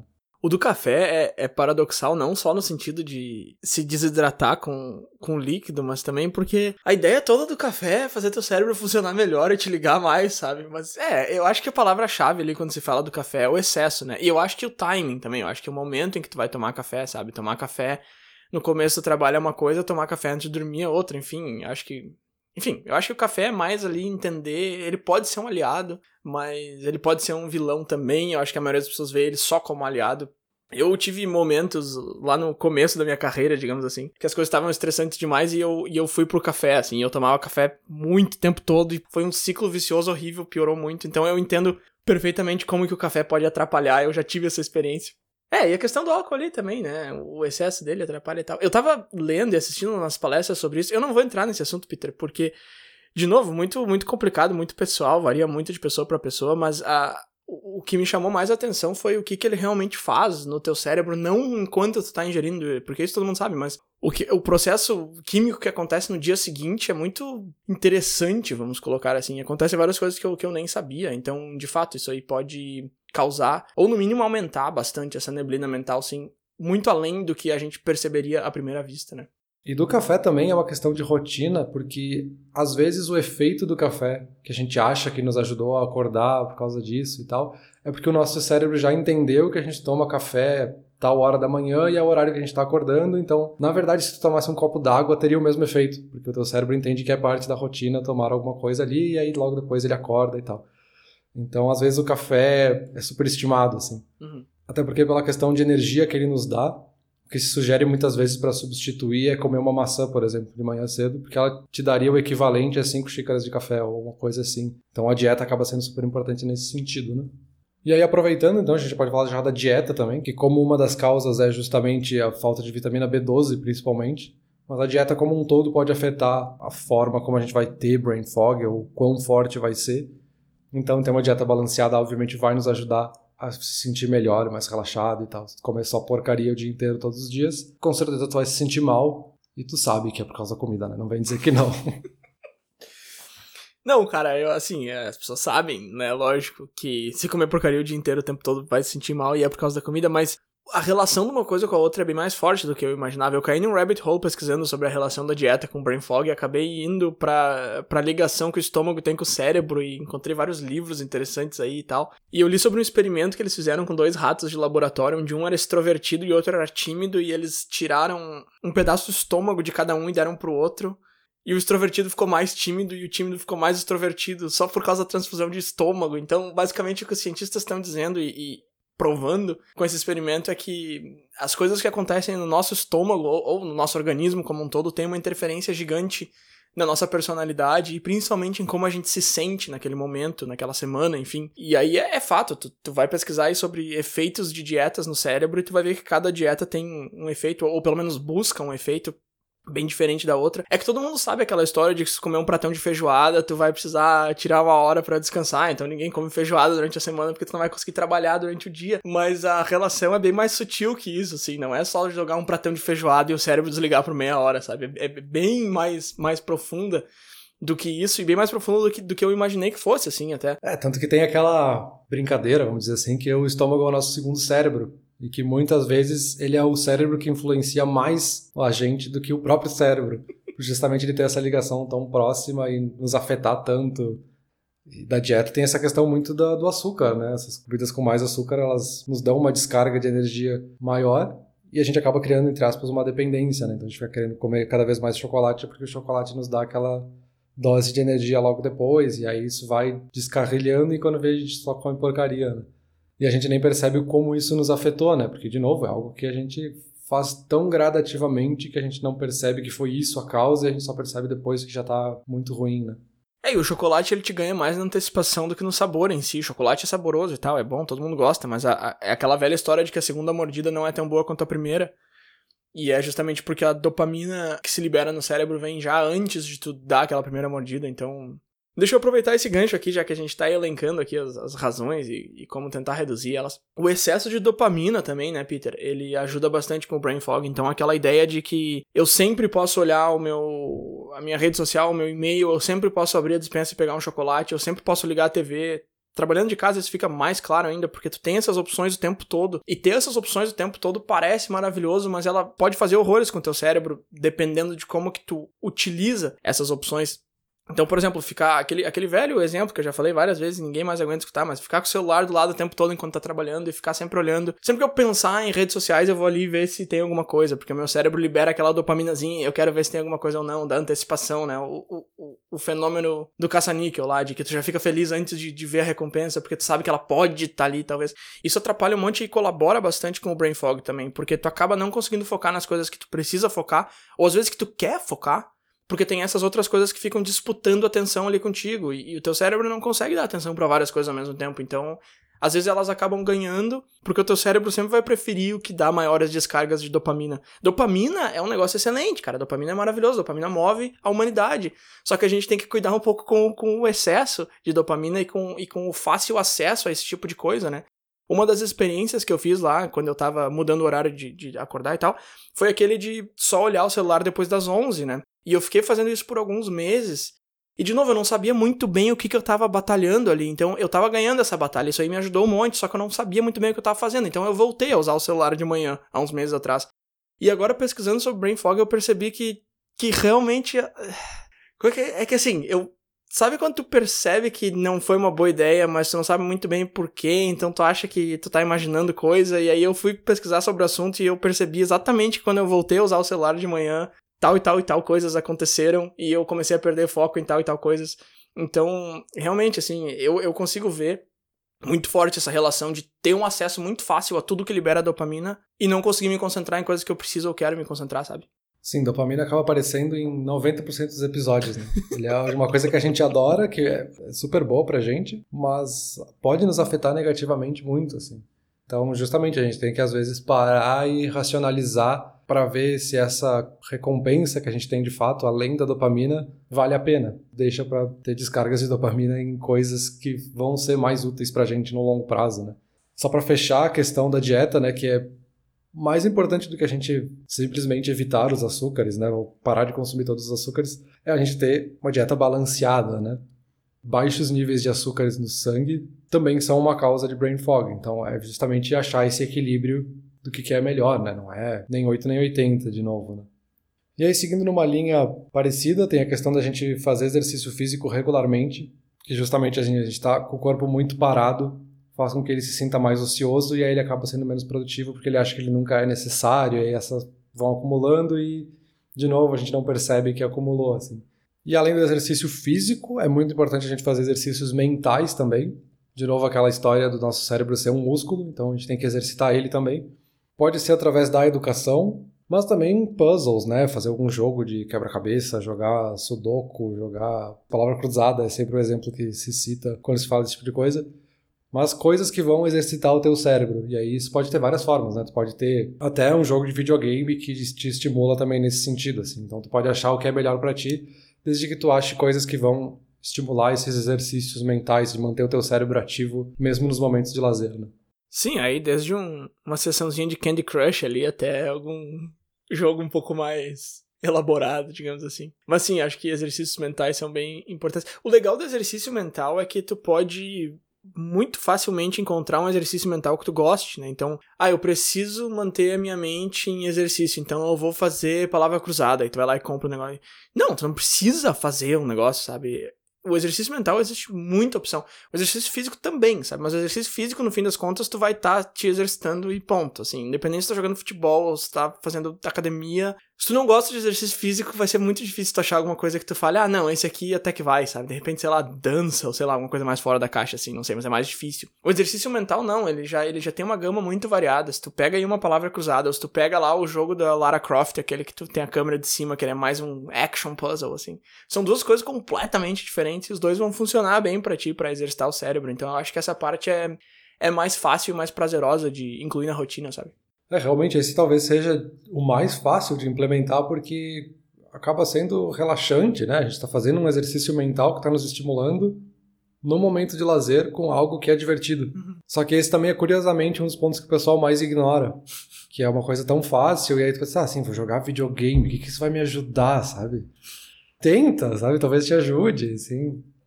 O do café é paradoxal não só no sentido de se desidratar com líquido, mas também porque a ideia toda do café é fazer teu cérebro funcionar melhor e te ligar mais, sabe? Mas eu acho que a palavra-chave ali quando se fala do café é o excesso, né? E eu acho que o timing também, eu acho que o momento em que tu vai tomar café, sabe? Tomar café no começo do trabalho é uma coisa, tomar café antes de dormir é outra, enfim, eu acho que o café é mais ali entender, ele pode ser um aliado, mas ele pode ser um vilão também, eu acho que a maioria das pessoas vê ele só como aliado. Eu tive momentos lá no começo da minha carreira, digamos assim, que as coisas estavam estressantes demais e eu fui pro café, assim, eu tomava café muito tempo todo e foi um ciclo vicioso horrível, piorou muito, então eu entendo perfeitamente como que o café pode atrapalhar, eu já tive essa experiência. E a questão do álcool ali também, né? O excesso dele atrapalha e tal. Eu tava lendo e assistindo umas palestras sobre isso. Eu não vou entrar nesse assunto, Peter, porque, de novo, muito, muito complicado, muito pessoal, varia muito de pessoa pra pessoa, mas o que me chamou mais a atenção foi o que ele realmente faz no teu cérebro, não enquanto tu tá ingerindo, porque isso todo mundo sabe, mas o processo químico que acontece no dia seguinte é muito interessante, vamos colocar assim. Acontecem várias coisas que eu nem sabia, então, de fato, isso aí pode causar, ou no mínimo aumentar bastante essa neblina mental, sim, muito além do que a gente perceberia à primeira vista, né? E do café também é uma questão de rotina, porque às vezes o efeito do café, que a gente acha que nos ajudou a acordar por causa disso e tal, é porque o nosso cérebro já entendeu que a gente toma café tal hora da manhã e é o horário que a gente está acordando, então, na verdade, se tu tomasse um copo d'água, teria o mesmo efeito, porque o teu cérebro entende que é parte da rotina tomar alguma coisa ali e aí logo depois ele acorda e tal. Então, às vezes o café é superestimado, assim. Uhum. Até porque pela questão de energia que ele nos dá, o que se sugere muitas vezes para substituir é comer uma maçã, por exemplo, de manhã cedo, porque ela te daria o equivalente a 5 xícaras de café ou uma coisa assim. Então a dieta acaba sendo super importante nesse sentido, né? E aí, aproveitando, então, a gente pode falar já da dieta também, que como uma das causas é justamente a falta de vitamina B12, principalmente, mas a dieta como um todo pode afetar a forma como a gente vai ter brain fog, ou quão forte vai ser. Então, ter uma dieta balanceada, obviamente, vai nos ajudar a se sentir melhor, mais relaxado e tal. Se comer só porcaria o dia inteiro, todos os dias, com certeza tu vai se sentir mal, e tu sabe que é por causa da comida, né? Não vem dizer que não. Não, cara, as pessoas sabem, né, lógico, que se comer porcaria o dia inteiro, o tempo todo, vai se sentir mal e é por causa da comida, mas a relação de uma coisa com a outra é bem mais forte do que eu imaginava. Eu caí num rabbit hole pesquisando sobre a relação da dieta com brain fog e acabei indo pra ligação que o estômago tem com o cérebro e encontrei vários livros interessantes aí e tal. E eu li sobre um experimento que eles fizeram com 2 ratos de laboratório, onde um era extrovertido e o outro era tímido, e eles tiraram um pedaço do estômago de cada um e deram pro outro. E o extrovertido ficou mais tímido e o tímido ficou mais extrovertido só por causa da transfusão de estômago. Então, basicamente, o que os cientistas estão dizendo e provando com esse experimento é que as coisas que acontecem no nosso estômago ou no nosso organismo como um todo têm uma interferência gigante na nossa personalidade e principalmente em como a gente se sente naquele momento, naquela semana, enfim. E aí é fato, tu vai pesquisar aí sobre efeitos de dietas no cérebro e tu vai ver que cada dieta tem um efeito, ou pelo menos busca um efeito bem diferente da outra. É que todo mundo sabe aquela história de que se comer um pratão de feijoada, tu vai precisar tirar uma hora pra descansar, então ninguém come feijoada durante a semana porque tu não vai conseguir trabalhar durante o dia. Mas a relação é bem mais sutil que isso, assim, não é só jogar um pratão de feijoada e o cérebro desligar por meia hora, sabe? É bem mais profunda do que isso e bem mais profunda do que eu imaginei que fosse, assim, até. Tanto que tem aquela brincadeira, vamos dizer assim, que o estômago é o nosso segundo cérebro. E que muitas vezes ele é o cérebro que influencia mais a gente do que o próprio cérebro. Justamente ele ter essa ligação tão próxima e nos afetar tanto. E da dieta tem essa questão muito do açúcar, né? Essas comidas com mais açúcar, elas nos dão uma descarga de energia maior e a gente acaba criando, entre aspas, uma dependência, né? Então a gente fica querendo comer cada vez mais chocolate porque o chocolate nos dá aquela dose de energia logo depois e aí isso vai descarrilhando e quando vê a gente só come porcaria, né? E a gente nem percebe como isso nos afetou, né? Porque, de novo, é algo que a gente faz tão gradativamente que a gente não percebe que foi isso a causa e a gente só percebe depois que já tá muito ruim, né? E o chocolate ele te ganha mais na antecipação do que no sabor em si. O chocolate é saboroso e tal, é bom, todo mundo gosta, mas é aquela velha história de que a segunda mordida não é tão boa quanto a primeira. E é justamente porque a dopamina que se libera no cérebro vem já antes de tu dar aquela primeira mordida, então... Deixa eu aproveitar esse gancho aqui, já que a gente tá elencando aqui as razões e como tentar reduzir elas. O excesso de dopamina também, né, Peter? Ele ajuda bastante com o brain fog. Então, aquela ideia de que eu sempre posso olhar a minha rede social, o meu e-mail, eu sempre posso abrir a despensa e pegar um chocolate, eu sempre posso ligar a TV Trabalhando de casa isso fica mais claro ainda, porque tu tem essas opções o tempo todo, e ter essas opções o tempo todo parece maravilhoso, mas ela pode fazer horrores com o teu cérebro, dependendo de como que tu utiliza essas opções. Então, por exemplo, ficar aquele velho exemplo que eu já falei várias vezes, ninguém mais aguenta escutar, mas ficar com o celular do lado o tempo todo enquanto tá trabalhando e ficar sempre olhando. Sempre que eu pensar em redes sociais, eu vou ali ver se tem alguma coisa, porque o meu cérebro libera aquela dopaminazinha, eu quero ver se tem alguma coisa ou não, da antecipação, né? O fenômeno do caça-níquel lá, de que tu já fica feliz antes de ver a recompensa, porque tu sabe que ela pode estar ali, talvez. Isso atrapalha um monte e colabora bastante com o brain fog também, porque tu acaba não conseguindo focar nas coisas que tu precisa focar, ou às vezes que tu quer focar, porque tem essas outras coisas que ficam disputando atenção ali contigo, e o teu cérebro não consegue dar atenção pra várias coisas ao mesmo tempo, então às vezes elas acabam ganhando, porque o teu cérebro sempre vai preferir o que dá maiores descargas de dopamina. Dopamina é um negócio excelente, cara, dopamina é maravilhoso, dopamina move a humanidade, só que a gente tem que cuidar um pouco com o excesso de dopamina e com o fácil acesso a esse tipo de coisa, né? Uma das experiências que eu fiz lá, quando eu tava mudando o horário de acordar e tal, foi aquele de só olhar o celular depois das 11, né? E eu fiquei fazendo isso por alguns meses. E, de novo, eu não sabia muito bem o que eu tava batalhando ali. Então, eu tava ganhando essa batalha. Isso aí me ajudou um monte, só que eu não sabia muito bem o que eu tava fazendo. Então, eu voltei a usar o celular de manhã, há uns meses atrás. E agora, pesquisando sobre brain fog, eu percebi que realmente... É que assim, sabe quando tu percebe que não foi uma boa ideia, mas tu não sabe muito bem por quê, então tu acha que tu tá imaginando coisa, e aí eu fui pesquisar sobre o assunto e eu percebi exatamente que quando eu voltei a usar o celular de manhã, tal e tal e tal coisas aconteceram, e eu comecei a perder foco em tal e tal coisas. Então, realmente, assim, eu consigo ver muito forte essa relação de ter um acesso muito fácil a tudo que libera dopamina e não conseguir me concentrar em coisas que eu preciso ou quero me concentrar, sabe? Sim, dopamina acaba aparecendo em 90% dos episódios, né? Ele é uma coisa que a gente adora, que é super boa pra gente, mas pode nos afetar negativamente muito, assim. Então, justamente, a gente tem que, às vezes, parar e racionalizar para ver se essa recompensa que a gente tem, de fato, além da dopamina, vale a pena. Deixa para ter descargas de dopamina em coisas que vão ser mais úteis pra gente no longo prazo, né? Só para fechar a questão da dieta, né, que é mais importante do que a gente simplesmente evitar os açúcares, né, ou parar de consumir todos os açúcares, é a gente ter uma dieta balanceada, né? Baixos níveis de açúcares no sangue também são uma causa de brain fog, então é justamente achar esse equilíbrio do que é melhor, né? Não é nem 8 nem 80 de novo, né? E aí, seguindo numa linha parecida, tem a questão da gente fazer exercício físico regularmente, que justamente a gente está com o corpo muito parado, faz com que ele se sinta mais ocioso e aí ele acaba sendo menos produtivo porque ele acha que ele nunca é necessário, e aí essas vão acumulando e, de novo, a gente não percebe que acumulou, assim. E além do exercício físico, é muito importante a gente fazer exercícios mentais também. De novo, aquela história do nosso cérebro ser um músculo, então a gente tem que exercitar ele também. Pode ser através da educação, mas também puzzles, né? Fazer algum jogo de quebra-cabeça, jogar sudoku, jogar palavra cruzada, é sempre um exemplo que se cita quando se fala desse tipo de coisa. Mas coisas que vão exercitar o teu cérebro. E aí isso pode ter várias formas, né? Tu pode ter até um jogo de videogame que te estimula também nesse sentido, assim. Então tu pode achar o que é melhor pra ti, desde que tu ache coisas que vão estimular esses exercícios mentais de manter o teu cérebro ativo, mesmo nos momentos de lazer, né? Sim, aí desde uma sessãozinha de Candy Crush ali até algum jogo um pouco mais elaborado, digamos assim. Mas sim, acho que exercícios mentais são bem importantes. O legal do exercício mental é que tu pode muito facilmente encontrar um exercício mental que tu goste, né? Então, eu preciso manter a minha mente em exercício, então eu vou fazer palavra cruzada, aí tu vai lá e compra um negócio. Não, tu não precisa fazer um negócio, sabe? O exercício mental existe muita opção. O exercício físico também, sabe? Mas o exercício físico, no fim das contas, tu vai estar te exercitando e ponto, assim. Independente se tu tá jogando futebol ou se tá fazendo academia. Se tu não gosta de exercício físico, vai ser muito difícil tu achar alguma coisa que tu fale, não, esse aqui até que vai, sabe? De repente, sei lá, dança ou sei lá, alguma coisa mais fora da caixa, assim, não sei, mas é mais difícil. O exercício mental, não, ele já tem uma gama muito variada. Se tu pega aí uma palavra cruzada, ou se tu pega lá o jogo da Lara Croft, aquele que tu tem a câmera de cima, que ele é mais um action puzzle, assim. São duas coisas completamente diferentes e os dois vão funcionar bem pra ti, pra exercitar o cérebro. Então eu acho que essa parte é mais fácil e mais prazerosa de incluir na rotina, sabe? Realmente esse talvez seja o mais fácil de implementar porque acaba sendo relaxante, né? A gente está fazendo um exercício mental que está nos estimulando no momento de lazer com algo que é divertido. Uhum. Só que esse também é, curiosamente, um dos pontos que o pessoal mais ignora, que é uma coisa tão fácil, e aí tu pensa, vou jogar videogame, o que isso vai me ajudar, sabe? Tenta, sabe? Talvez te ajude, assim.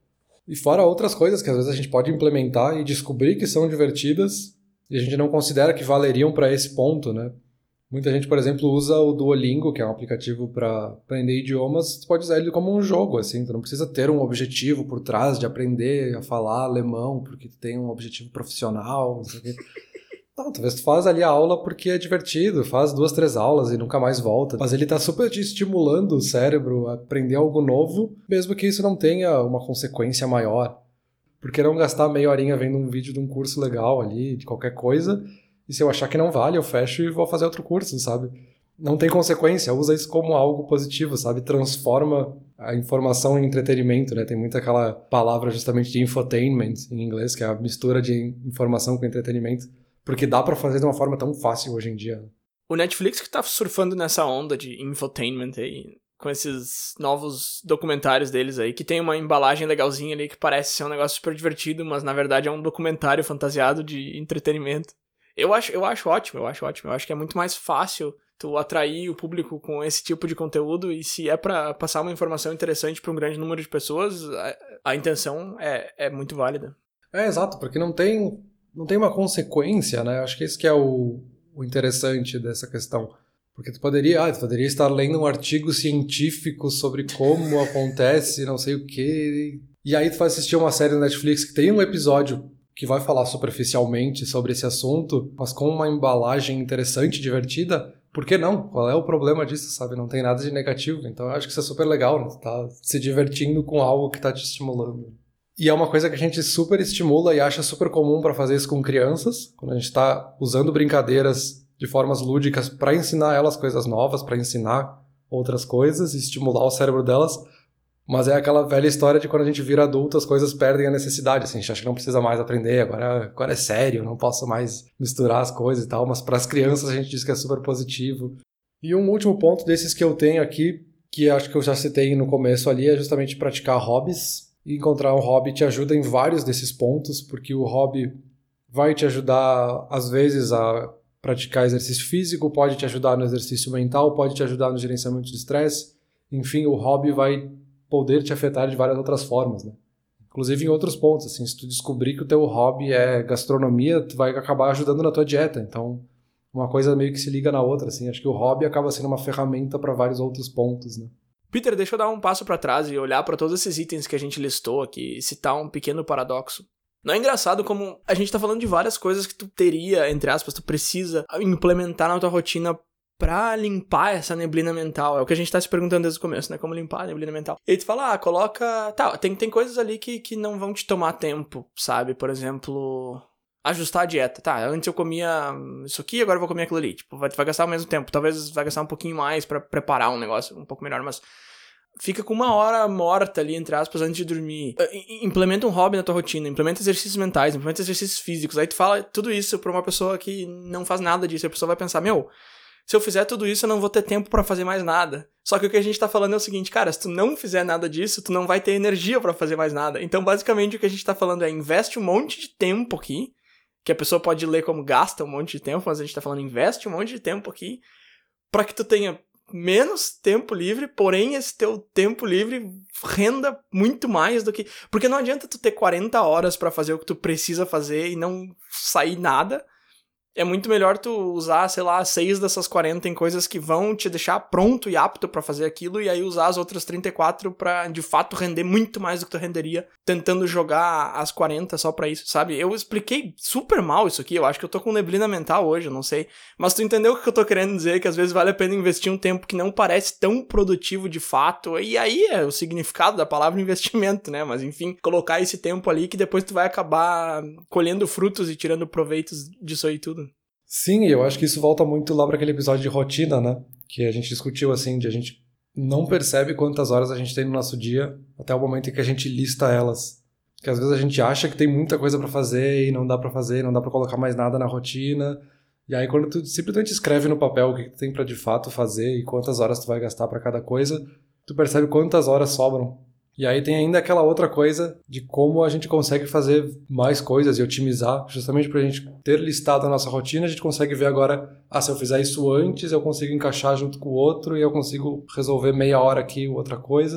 E fora outras coisas que às vezes a gente pode implementar e descobrir que são divertidas e a gente não considera que valeriam para esse ponto, né? Muita gente, por exemplo, usa o Duolingo, que é um aplicativo para aprender idiomas. Tu pode usar ele como um jogo, assim. Tu não precisa ter um objetivo por trás de aprender a falar alemão porque tu tem um objetivo profissional, não sei o quê. Não, talvez tu faz ali a aula porque é divertido, faz 2, 3 aulas e nunca mais volta. Mas ele tá super te estimulando o cérebro a aprender algo novo, mesmo que isso não tenha uma consequência maior. Por que não gastar meia horinha vendo um vídeo de um curso legal ali, de qualquer coisa, e se eu achar que não vale, eu fecho e vou fazer outro curso, sabe? Não tem consequência, usa isso como algo positivo, sabe? Transforma a informação em entretenimento, né? Tem muito aquela palavra justamente de infotainment em inglês, que é a mistura de informação com entretenimento, porque dá pra fazer de uma forma tão fácil hoje em dia. O Netflix que tá surfando nessa onda de infotainment aí, com esses novos documentários deles aí, que tem uma embalagem legalzinha ali que parece ser um negócio super divertido, mas na verdade é um documentário fantasiado de entretenimento. Eu acho ótimo. Eu acho que é muito mais fácil tu atrair o público com esse tipo de conteúdo e se é pra passar uma informação interessante pra um grande número de pessoas, a intenção é muito válida. Exato, porque não tem uma consequência, né? Acho que esse que é o interessante dessa questão. Porque tu poderia estar lendo um artigo científico sobre como acontece não sei o quê, e aí tu vai assistir uma série no Netflix que tem um episódio que vai falar superficialmente sobre esse assunto, mas com uma embalagem interessante, divertida, por que não? Qual é o problema disso, sabe? Não tem nada de negativo. Então eu acho que isso é super legal, né? Tu tá se divertindo com algo que tá te estimulando. E é uma coisa que a gente super estimula e acha super comum para fazer isso com crianças, quando a gente tá usando brincadeiras de formas lúdicas para ensinar elas coisas novas, para ensinar outras coisas e estimular o cérebro delas. Mas é aquela velha história de quando a gente vira adulto, as coisas perdem a necessidade, assim, a gente acha que não precisa mais aprender, agora é sério, não posso mais misturar as coisas e tal, mas para as crianças a gente diz que é super positivo. E um último ponto desses que eu tenho aqui, que acho que eu já citei no começo ali, é justamente praticar hobbies. E encontrar um hobby te ajuda em vários desses pontos, porque o hobby vai te ajudar, às vezes, a praticar exercício físico, pode te ajudar no exercício mental, pode te ajudar no gerenciamento de estresse. Enfim, o hobby vai poder te afetar de várias outras formas, né? Inclusive em outros pontos, assim, se tu descobrir que o teu hobby é gastronomia, tu vai acabar ajudando na tua dieta, então uma coisa meio que se liga na outra, assim, acho que o hobby acaba sendo uma ferramenta para vários outros pontos, né? Peter, deixa eu dar um passo pra trás e olhar pra todos esses itens que a gente listou aqui e citar um pequeno paradoxo. Não é engraçado como a gente tá falando de várias coisas que tu teria, entre aspas, tu precisa implementar na tua rotina pra limpar essa neblina mental. É o que a gente tá se perguntando desde o começo, né? Como limpar a neblina mental. E aí tu fala, coloca... Tá, tem coisas ali que não vão te tomar tempo, sabe? Por exemplo, ajustar a dieta. Tá, antes eu comia isso aqui, agora eu vou comer aquilo ali. Tipo, vai gastar o mesmo tempo. Talvez vai gastar um pouquinho mais pra preparar um negócio um pouco melhor, mas... Fica com uma hora morta ali, entre aspas, antes de dormir. Implementa um hobby na tua rotina, implementa exercícios mentais, implementa exercícios físicos. Aí tu fala tudo isso pra uma pessoa que não faz nada disso. A pessoa vai pensar, se eu fizer tudo isso, eu não vou ter tempo pra fazer mais nada. Só que o que a gente tá falando é o seguinte, cara, se tu não fizer nada disso, tu não vai ter energia pra fazer mais nada. Então, basicamente, o que a gente tá falando é investe um monte de tempo aqui, que a pessoa pode ler como gasta um monte de tempo, mas a gente tá falando investe um monte de tempo aqui, pra que tu tenha menos tempo livre, porém esse teu tempo livre renda muito mais do que... Porque não adianta tu ter 40 horas pra fazer o que tu precisa fazer e não sair nada. É muito melhor tu usar, 6 dessas 40 em coisas que vão te deixar pronto e apto pra fazer aquilo, e aí usar as outras 34 pra, de fato, render muito mais do que tu renderia tentando jogar as 40 só pra isso, sabe? Eu expliquei super mal isso aqui, eu acho que eu tô com neblina mental hoje, eu não sei. Mas tu entendeu o que eu tô querendo dizer, que às vezes vale a pena investir um tempo que não parece tão produtivo de fato, e aí é o significado da palavra investimento, né? Mas enfim, colocar esse tempo ali que depois tu vai acabar colhendo frutos e tirando proveitos disso aí tudo. Sim, eu acho que isso volta muito lá para aquele episódio de rotina, né? Que a gente discutiu, assim, de a gente não percebe quantas horas a gente tem no nosso dia até o momento em que a gente lista elas. Porque às vezes a gente acha que tem muita coisa para fazer e não dá para fazer, não dá para colocar mais nada na rotina. E aí quando tu simplesmente escreve no papel o que tu tem para de fato fazer e quantas horas tu vai gastar para cada coisa, tu percebe quantas horas sobram. E aí tem ainda aquela outra coisa de como a gente consegue fazer mais coisas e otimizar, justamente pra gente ter listado a nossa rotina, a gente consegue ver agora, se eu fizer isso antes, eu consigo encaixar junto com o outro e eu consigo resolver meia hora aqui outra coisa.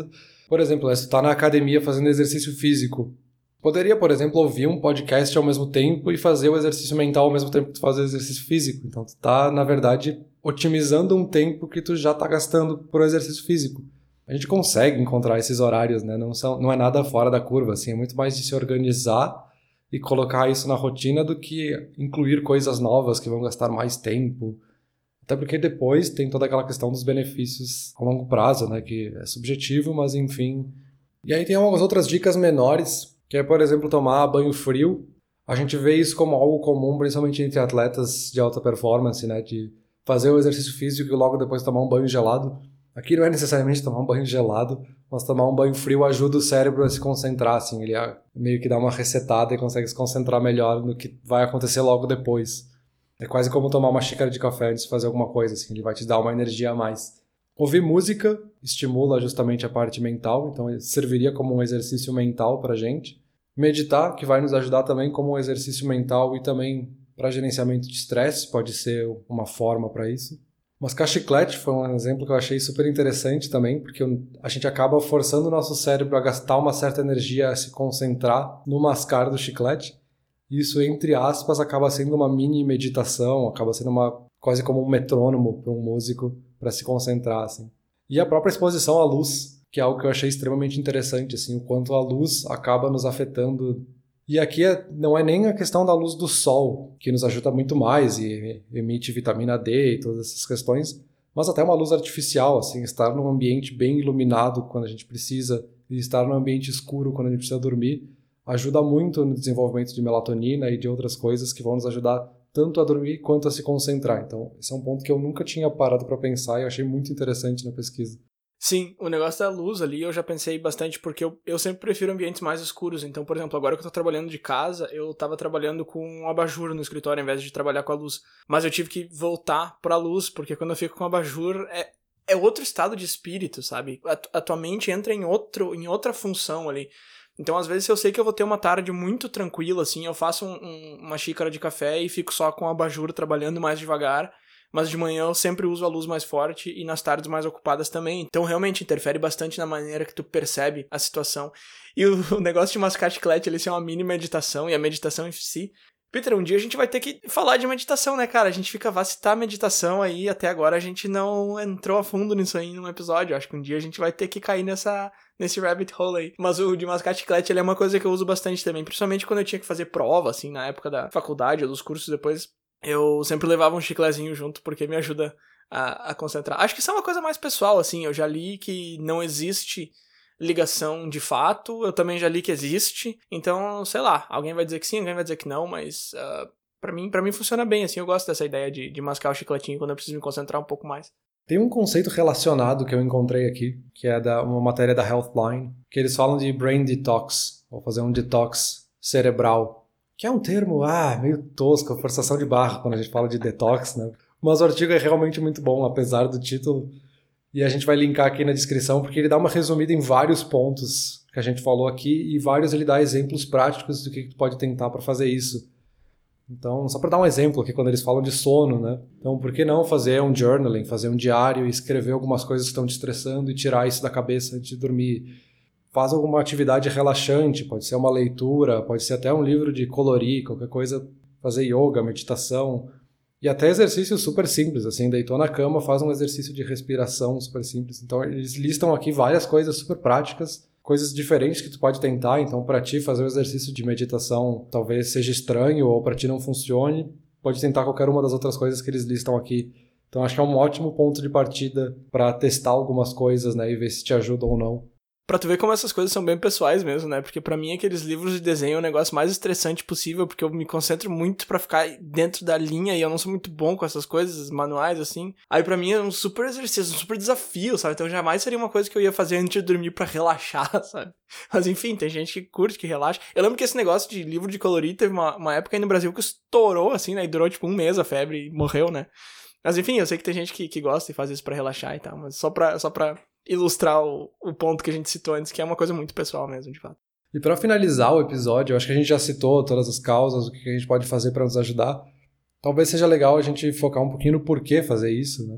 Por exemplo, se tu tá na academia fazendo exercício físico, poderia, por exemplo, ouvir um podcast ao mesmo tempo e fazer o exercício mental ao mesmo tempo que tu faz o exercício físico. Então, tu tá, na verdade, otimizando um tempo que tu já tá gastando pro exercício físico. A gente consegue encontrar esses horários, né? Não é nada fora da curva, assim. É muito mais de se organizar e colocar isso na rotina do que incluir coisas novas que vão gastar mais tempo. Até porque depois tem toda aquela questão dos benefícios a longo prazo, né? Que é subjetivo, mas enfim. E aí tem algumas outras dicas menores, que é, por exemplo, tomar banho frio. A gente vê isso como algo comum, principalmente entre atletas de alta performance, né? De fazer o exercício físico e logo depois tomar um banho gelado. Aqui não é necessariamente tomar um banho gelado, mas tomar um banho frio ajuda o cérebro a se concentrar, assim. Ele meio que dá uma resetada e consegue se concentrar melhor no que vai acontecer logo depois. É quase como tomar uma xícara de café antes de fazer alguma coisa, assim, ele vai te dar uma energia a mais. Ouvir música estimula justamente a parte mental, então serviria como um exercício mental pra gente. Meditar, que vai nos ajudar também como um exercício mental e também para gerenciamento de estresse, pode ser uma forma para isso. Mascar chiclete foi um exemplo que eu achei super interessante também, porque a gente acaba forçando o nosso cérebro a gastar uma certa energia a se concentrar no mascar do chiclete. Isso, entre aspas, acaba sendo uma mini meditação, acaba sendo quase como um metrônomo para um músico para se concentrar, assim. E a própria exposição à luz, que é algo que eu achei extremamente interessante, assim, o quanto a luz acaba nos afetando. E aqui não é nem a questão da luz do sol, que nos ajuda muito mais e emite vitamina D e todas essas questões, mas até uma luz artificial, assim, estar num ambiente bem iluminado quando a gente precisa e estar num ambiente escuro quando a gente precisa dormir, ajuda muito no desenvolvimento de melatonina e de outras coisas que vão nos ajudar tanto a dormir quanto a se concentrar. Então, esse é um ponto que eu nunca tinha parado para pensar e eu achei muito interessante na pesquisa. Sim, o negócio da luz ali eu já pensei bastante, porque eu sempre prefiro ambientes mais escuros. Então, por exemplo, agora que eu tô trabalhando de casa, eu tava trabalhando com um abajur no escritório ao invés de trabalhar com a luz. Mas eu tive que voltar pra luz, porque quando eu fico com o abajur é outro estado de espírito, sabe? A tua mente entra em outra função ali. Então, às vezes, se eu sei que eu vou ter uma tarde muito tranquila, assim, eu faço uma xícara de café e fico só com o abajur trabalhando mais devagar, mas de manhã eu sempre uso a luz mais forte e nas tardes mais ocupadas também. Então, realmente, interfere bastante na maneira que tu percebe a situação. E o negócio de mascar chiclete, ele é uma mini meditação, e a meditação em si... Peter, um dia a gente vai ter que falar de meditação, né, cara? A gente fica a citar meditação aí, até agora a gente não entrou a fundo nisso aí num episódio. Acho que um dia a gente vai ter que cair nesse rabbit hole aí. Mas o de mascar chiclete, ele é uma coisa que eu uso bastante também, principalmente quando eu tinha que fazer prova, assim, na época da faculdade ou dos cursos depois. Eu sempre levava um chiclezinho junto, porque me ajuda a concentrar. Acho que isso é uma coisa mais pessoal, assim, eu já li que não existe ligação de fato, eu também já li que existe, então, sei lá, alguém vai dizer que sim, alguém vai dizer que não, mas pra mim funciona bem, assim, eu gosto dessa ideia de mascar o chicletinho quando eu preciso me concentrar um pouco mais. Tem um conceito relacionado que eu encontrei aqui, que é uma matéria da Healthline, que eles falam de brain detox, ou fazer um detox cerebral, que é um termo, meio tosco, forçação de barra quando a gente fala de detox, né? Mas o artigo é realmente muito bom, apesar do título. E a gente vai linkar aqui na descrição, porque ele dá uma resumida em vários pontos que a gente falou aqui, e ele dá exemplos práticos do que tu pode tentar para fazer isso. Então, só para dar um exemplo aqui, quando eles falam de sono, né? Então, por que não fazer um journaling, fazer um diário e escrever algumas coisas que estão te estressando e tirar isso da cabeça antes de dormir? Faz alguma atividade relaxante, pode ser uma leitura, pode ser até um livro de colorir, qualquer coisa, fazer yoga, meditação... E até exercícios super simples, assim, deitou na cama, faz um exercício de respiração super simples. Então, eles listam aqui várias coisas super práticas, coisas diferentes que tu pode tentar. Então, para ti, fazer um exercício de meditação talvez seja estranho ou para ti não funcione, pode tentar qualquer uma das outras coisas que eles listam aqui. Então, acho que é um ótimo ponto de partida para testar algumas coisas, né, e ver se te ajuda ou não. Pra tu ver como essas coisas são bem pessoais mesmo, né? Porque pra mim aqueles livros de desenho é o negócio mais estressante possível, porque eu me concentro muito pra ficar dentro da linha e eu não sou muito bom com essas coisas manuais, assim. Aí pra mim é um super exercício, um super desafio, sabe? Então jamais seria uma coisa que eu ia fazer antes de dormir pra relaxar, sabe? Mas enfim, tem gente que curte, que relaxa. Eu lembro que esse negócio de livro de colorir teve uma época aí no Brasil que estourou, assim, né? E durou tipo um mês a febre e morreu, né? Mas enfim, eu sei que tem gente que gosta e faz isso pra relaxar e tal, mas só pra ilustrar o ponto que a gente citou antes, que é uma coisa muito pessoal mesmo, de fato. E para finalizar o episódio, eu acho que a gente já citou todas as causas, o que a gente pode fazer para nos ajudar. Talvez seja legal a gente focar um pouquinho no porquê fazer isso, né?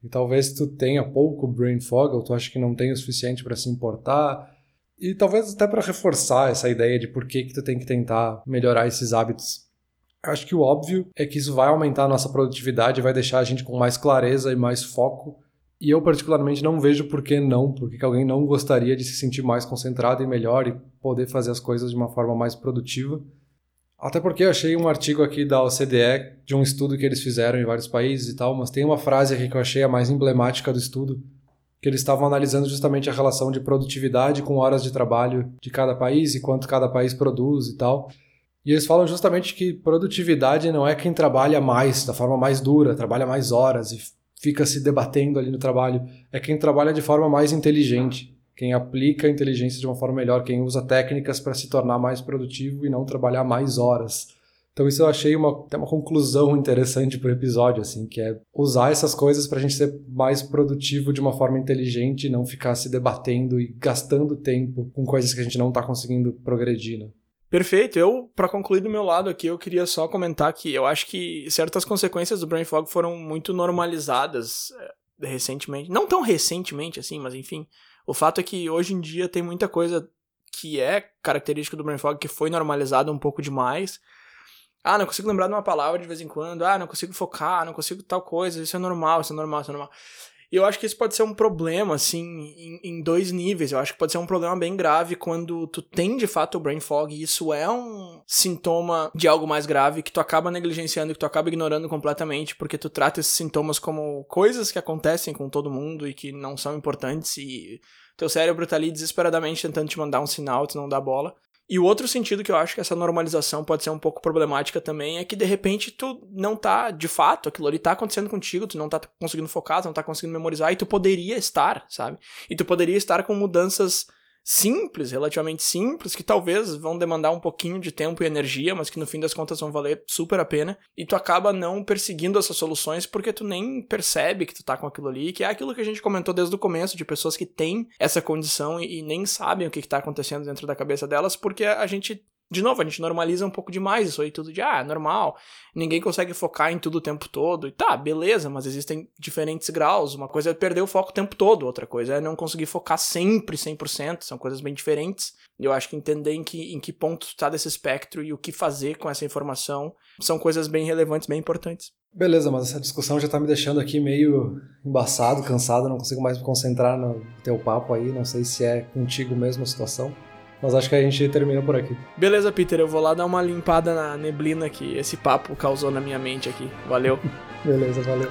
E talvez tu tenha pouco brain fog, ou tu acha que não tem o suficiente para se importar. E talvez até para reforçar essa ideia de por que tu tem que tentar melhorar esses hábitos. Eu acho que o óbvio é que isso vai aumentar a nossa produtividade, vai deixar a gente com mais clareza e mais foco. E eu particularmente não vejo por que não, porque alguém não gostaria de se sentir mais concentrado e melhor e poder fazer as coisas de uma forma mais produtiva. Até porque eu achei um artigo aqui da OCDE, de um estudo que eles fizeram em vários países e tal, mas tem uma frase aqui que eu achei a mais emblemática do estudo, que eles estavam analisando justamente a relação de produtividade com horas de trabalho de cada país e quanto cada país produz e tal. E eles falam justamente que produtividade não é quem trabalha mais, da forma mais dura, trabalha mais horas e fica se debatendo ali no trabalho. É quem trabalha de forma mais inteligente, quem aplica a inteligência de uma forma melhor, quem usa técnicas para se tornar mais produtivo e não trabalhar mais horas. Então isso eu achei até uma conclusão interessante para o episódio, assim, que é usar essas coisas para a gente ser mais produtivo de uma forma inteligente e não ficar se debatendo e gastando tempo com coisas que a gente não está conseguindo progredir, né? Perfeito. Para concluir do meu lado aqui, eu queria só comentar que eu acho que certas consequências do brain fog foram muito normalizadas recentemente. Não tão recentemente assim, mas enfim. O fato é que hoje em dia tem muita coisa que é característica do brain fog que foi normalizada um pouco demais. Não consigo lembrar de uma palavra de vez em quando. Não consigo focar, não consigo tal coisa. Isso é normal, isso é normal, isso é normal. E eu acho que isso pode ser um problema, assim, em dois níveis. Eu acho que pode ser um problema bem grave quando tu tem, de fato, o brain fog e isso é um sintoma de algo mais grave que tu acaba negligenciando, que tu acaba ignorando completamente, porque tu trata esses sintomas como coisas que acontecem com todo mundo e que não são importantes e teu cérebro tá ali desesperadamente tentando te mandar um sinal e tu não dá bola. E o outro sentido que eu acho que essa normalização pode ser um pouco problemática também é que, de repente, tu não tá, de fato, aquilo ali tá acontecendo contigo, tu não tá conseguindo focar, tu não tá conseguindo memorizar, e tu poderia estar, sabe? E tu poderia estar com mudanças simples, relativamente simples, que talvez vão demandar um pouquinho de tempo e energia, mas que no fim das contas vão valer super a pena, e tu acaba não perseguindo essas soluções porque tu nem percebe que tu tá com aquilo ali, que é aquilo que a gente comentou desde o começo, de pessoas que têm essa condição e nem sabem o que tá acontecendo dentro da cabeça delas, porque a gente normaliza um pouco demais isso aí tudo de, é normal, ninguém consegue focar em tudo o tempo todo, e tá, beleza, mas existem diferentes graus, uma coisa é perder o foco o tempo todo, outra coisa é não conseguir focar sempre, 100%, são coisas bem diferentes, e eu acho que entender em que ponto tá desse espectro e o que fazer com essa informação são coisas bem relevantes, bem importantes. Beleza, mas essa discussão já tá me deixando aqui meio embaçado, cansado, não consigo mais me concentrar no teu papo aí, não sei se é contigo mesmo a situação. Mas acho que a gente termina por aqui. Beleza, Peter, eu vou lá dar uma limpada na neblina que esse papo causou na minha mente aqui. Valeu. Beleza, valeu.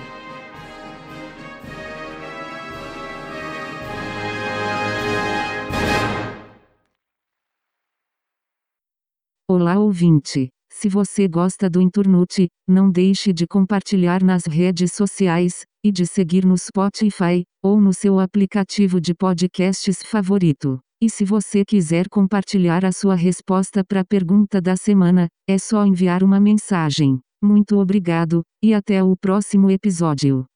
Olá, ouvinte. Se você gosta do Inturnute, não deixe de compartilhar nas redes sociais e de seguir no Spotify ou no seu aplicativo de podcasts favorito. E se você quiser compartilhar a sua resposta para a pergunta da semana, é só enviar uma mensagem. Muito obrigado, e até o próximo episódio.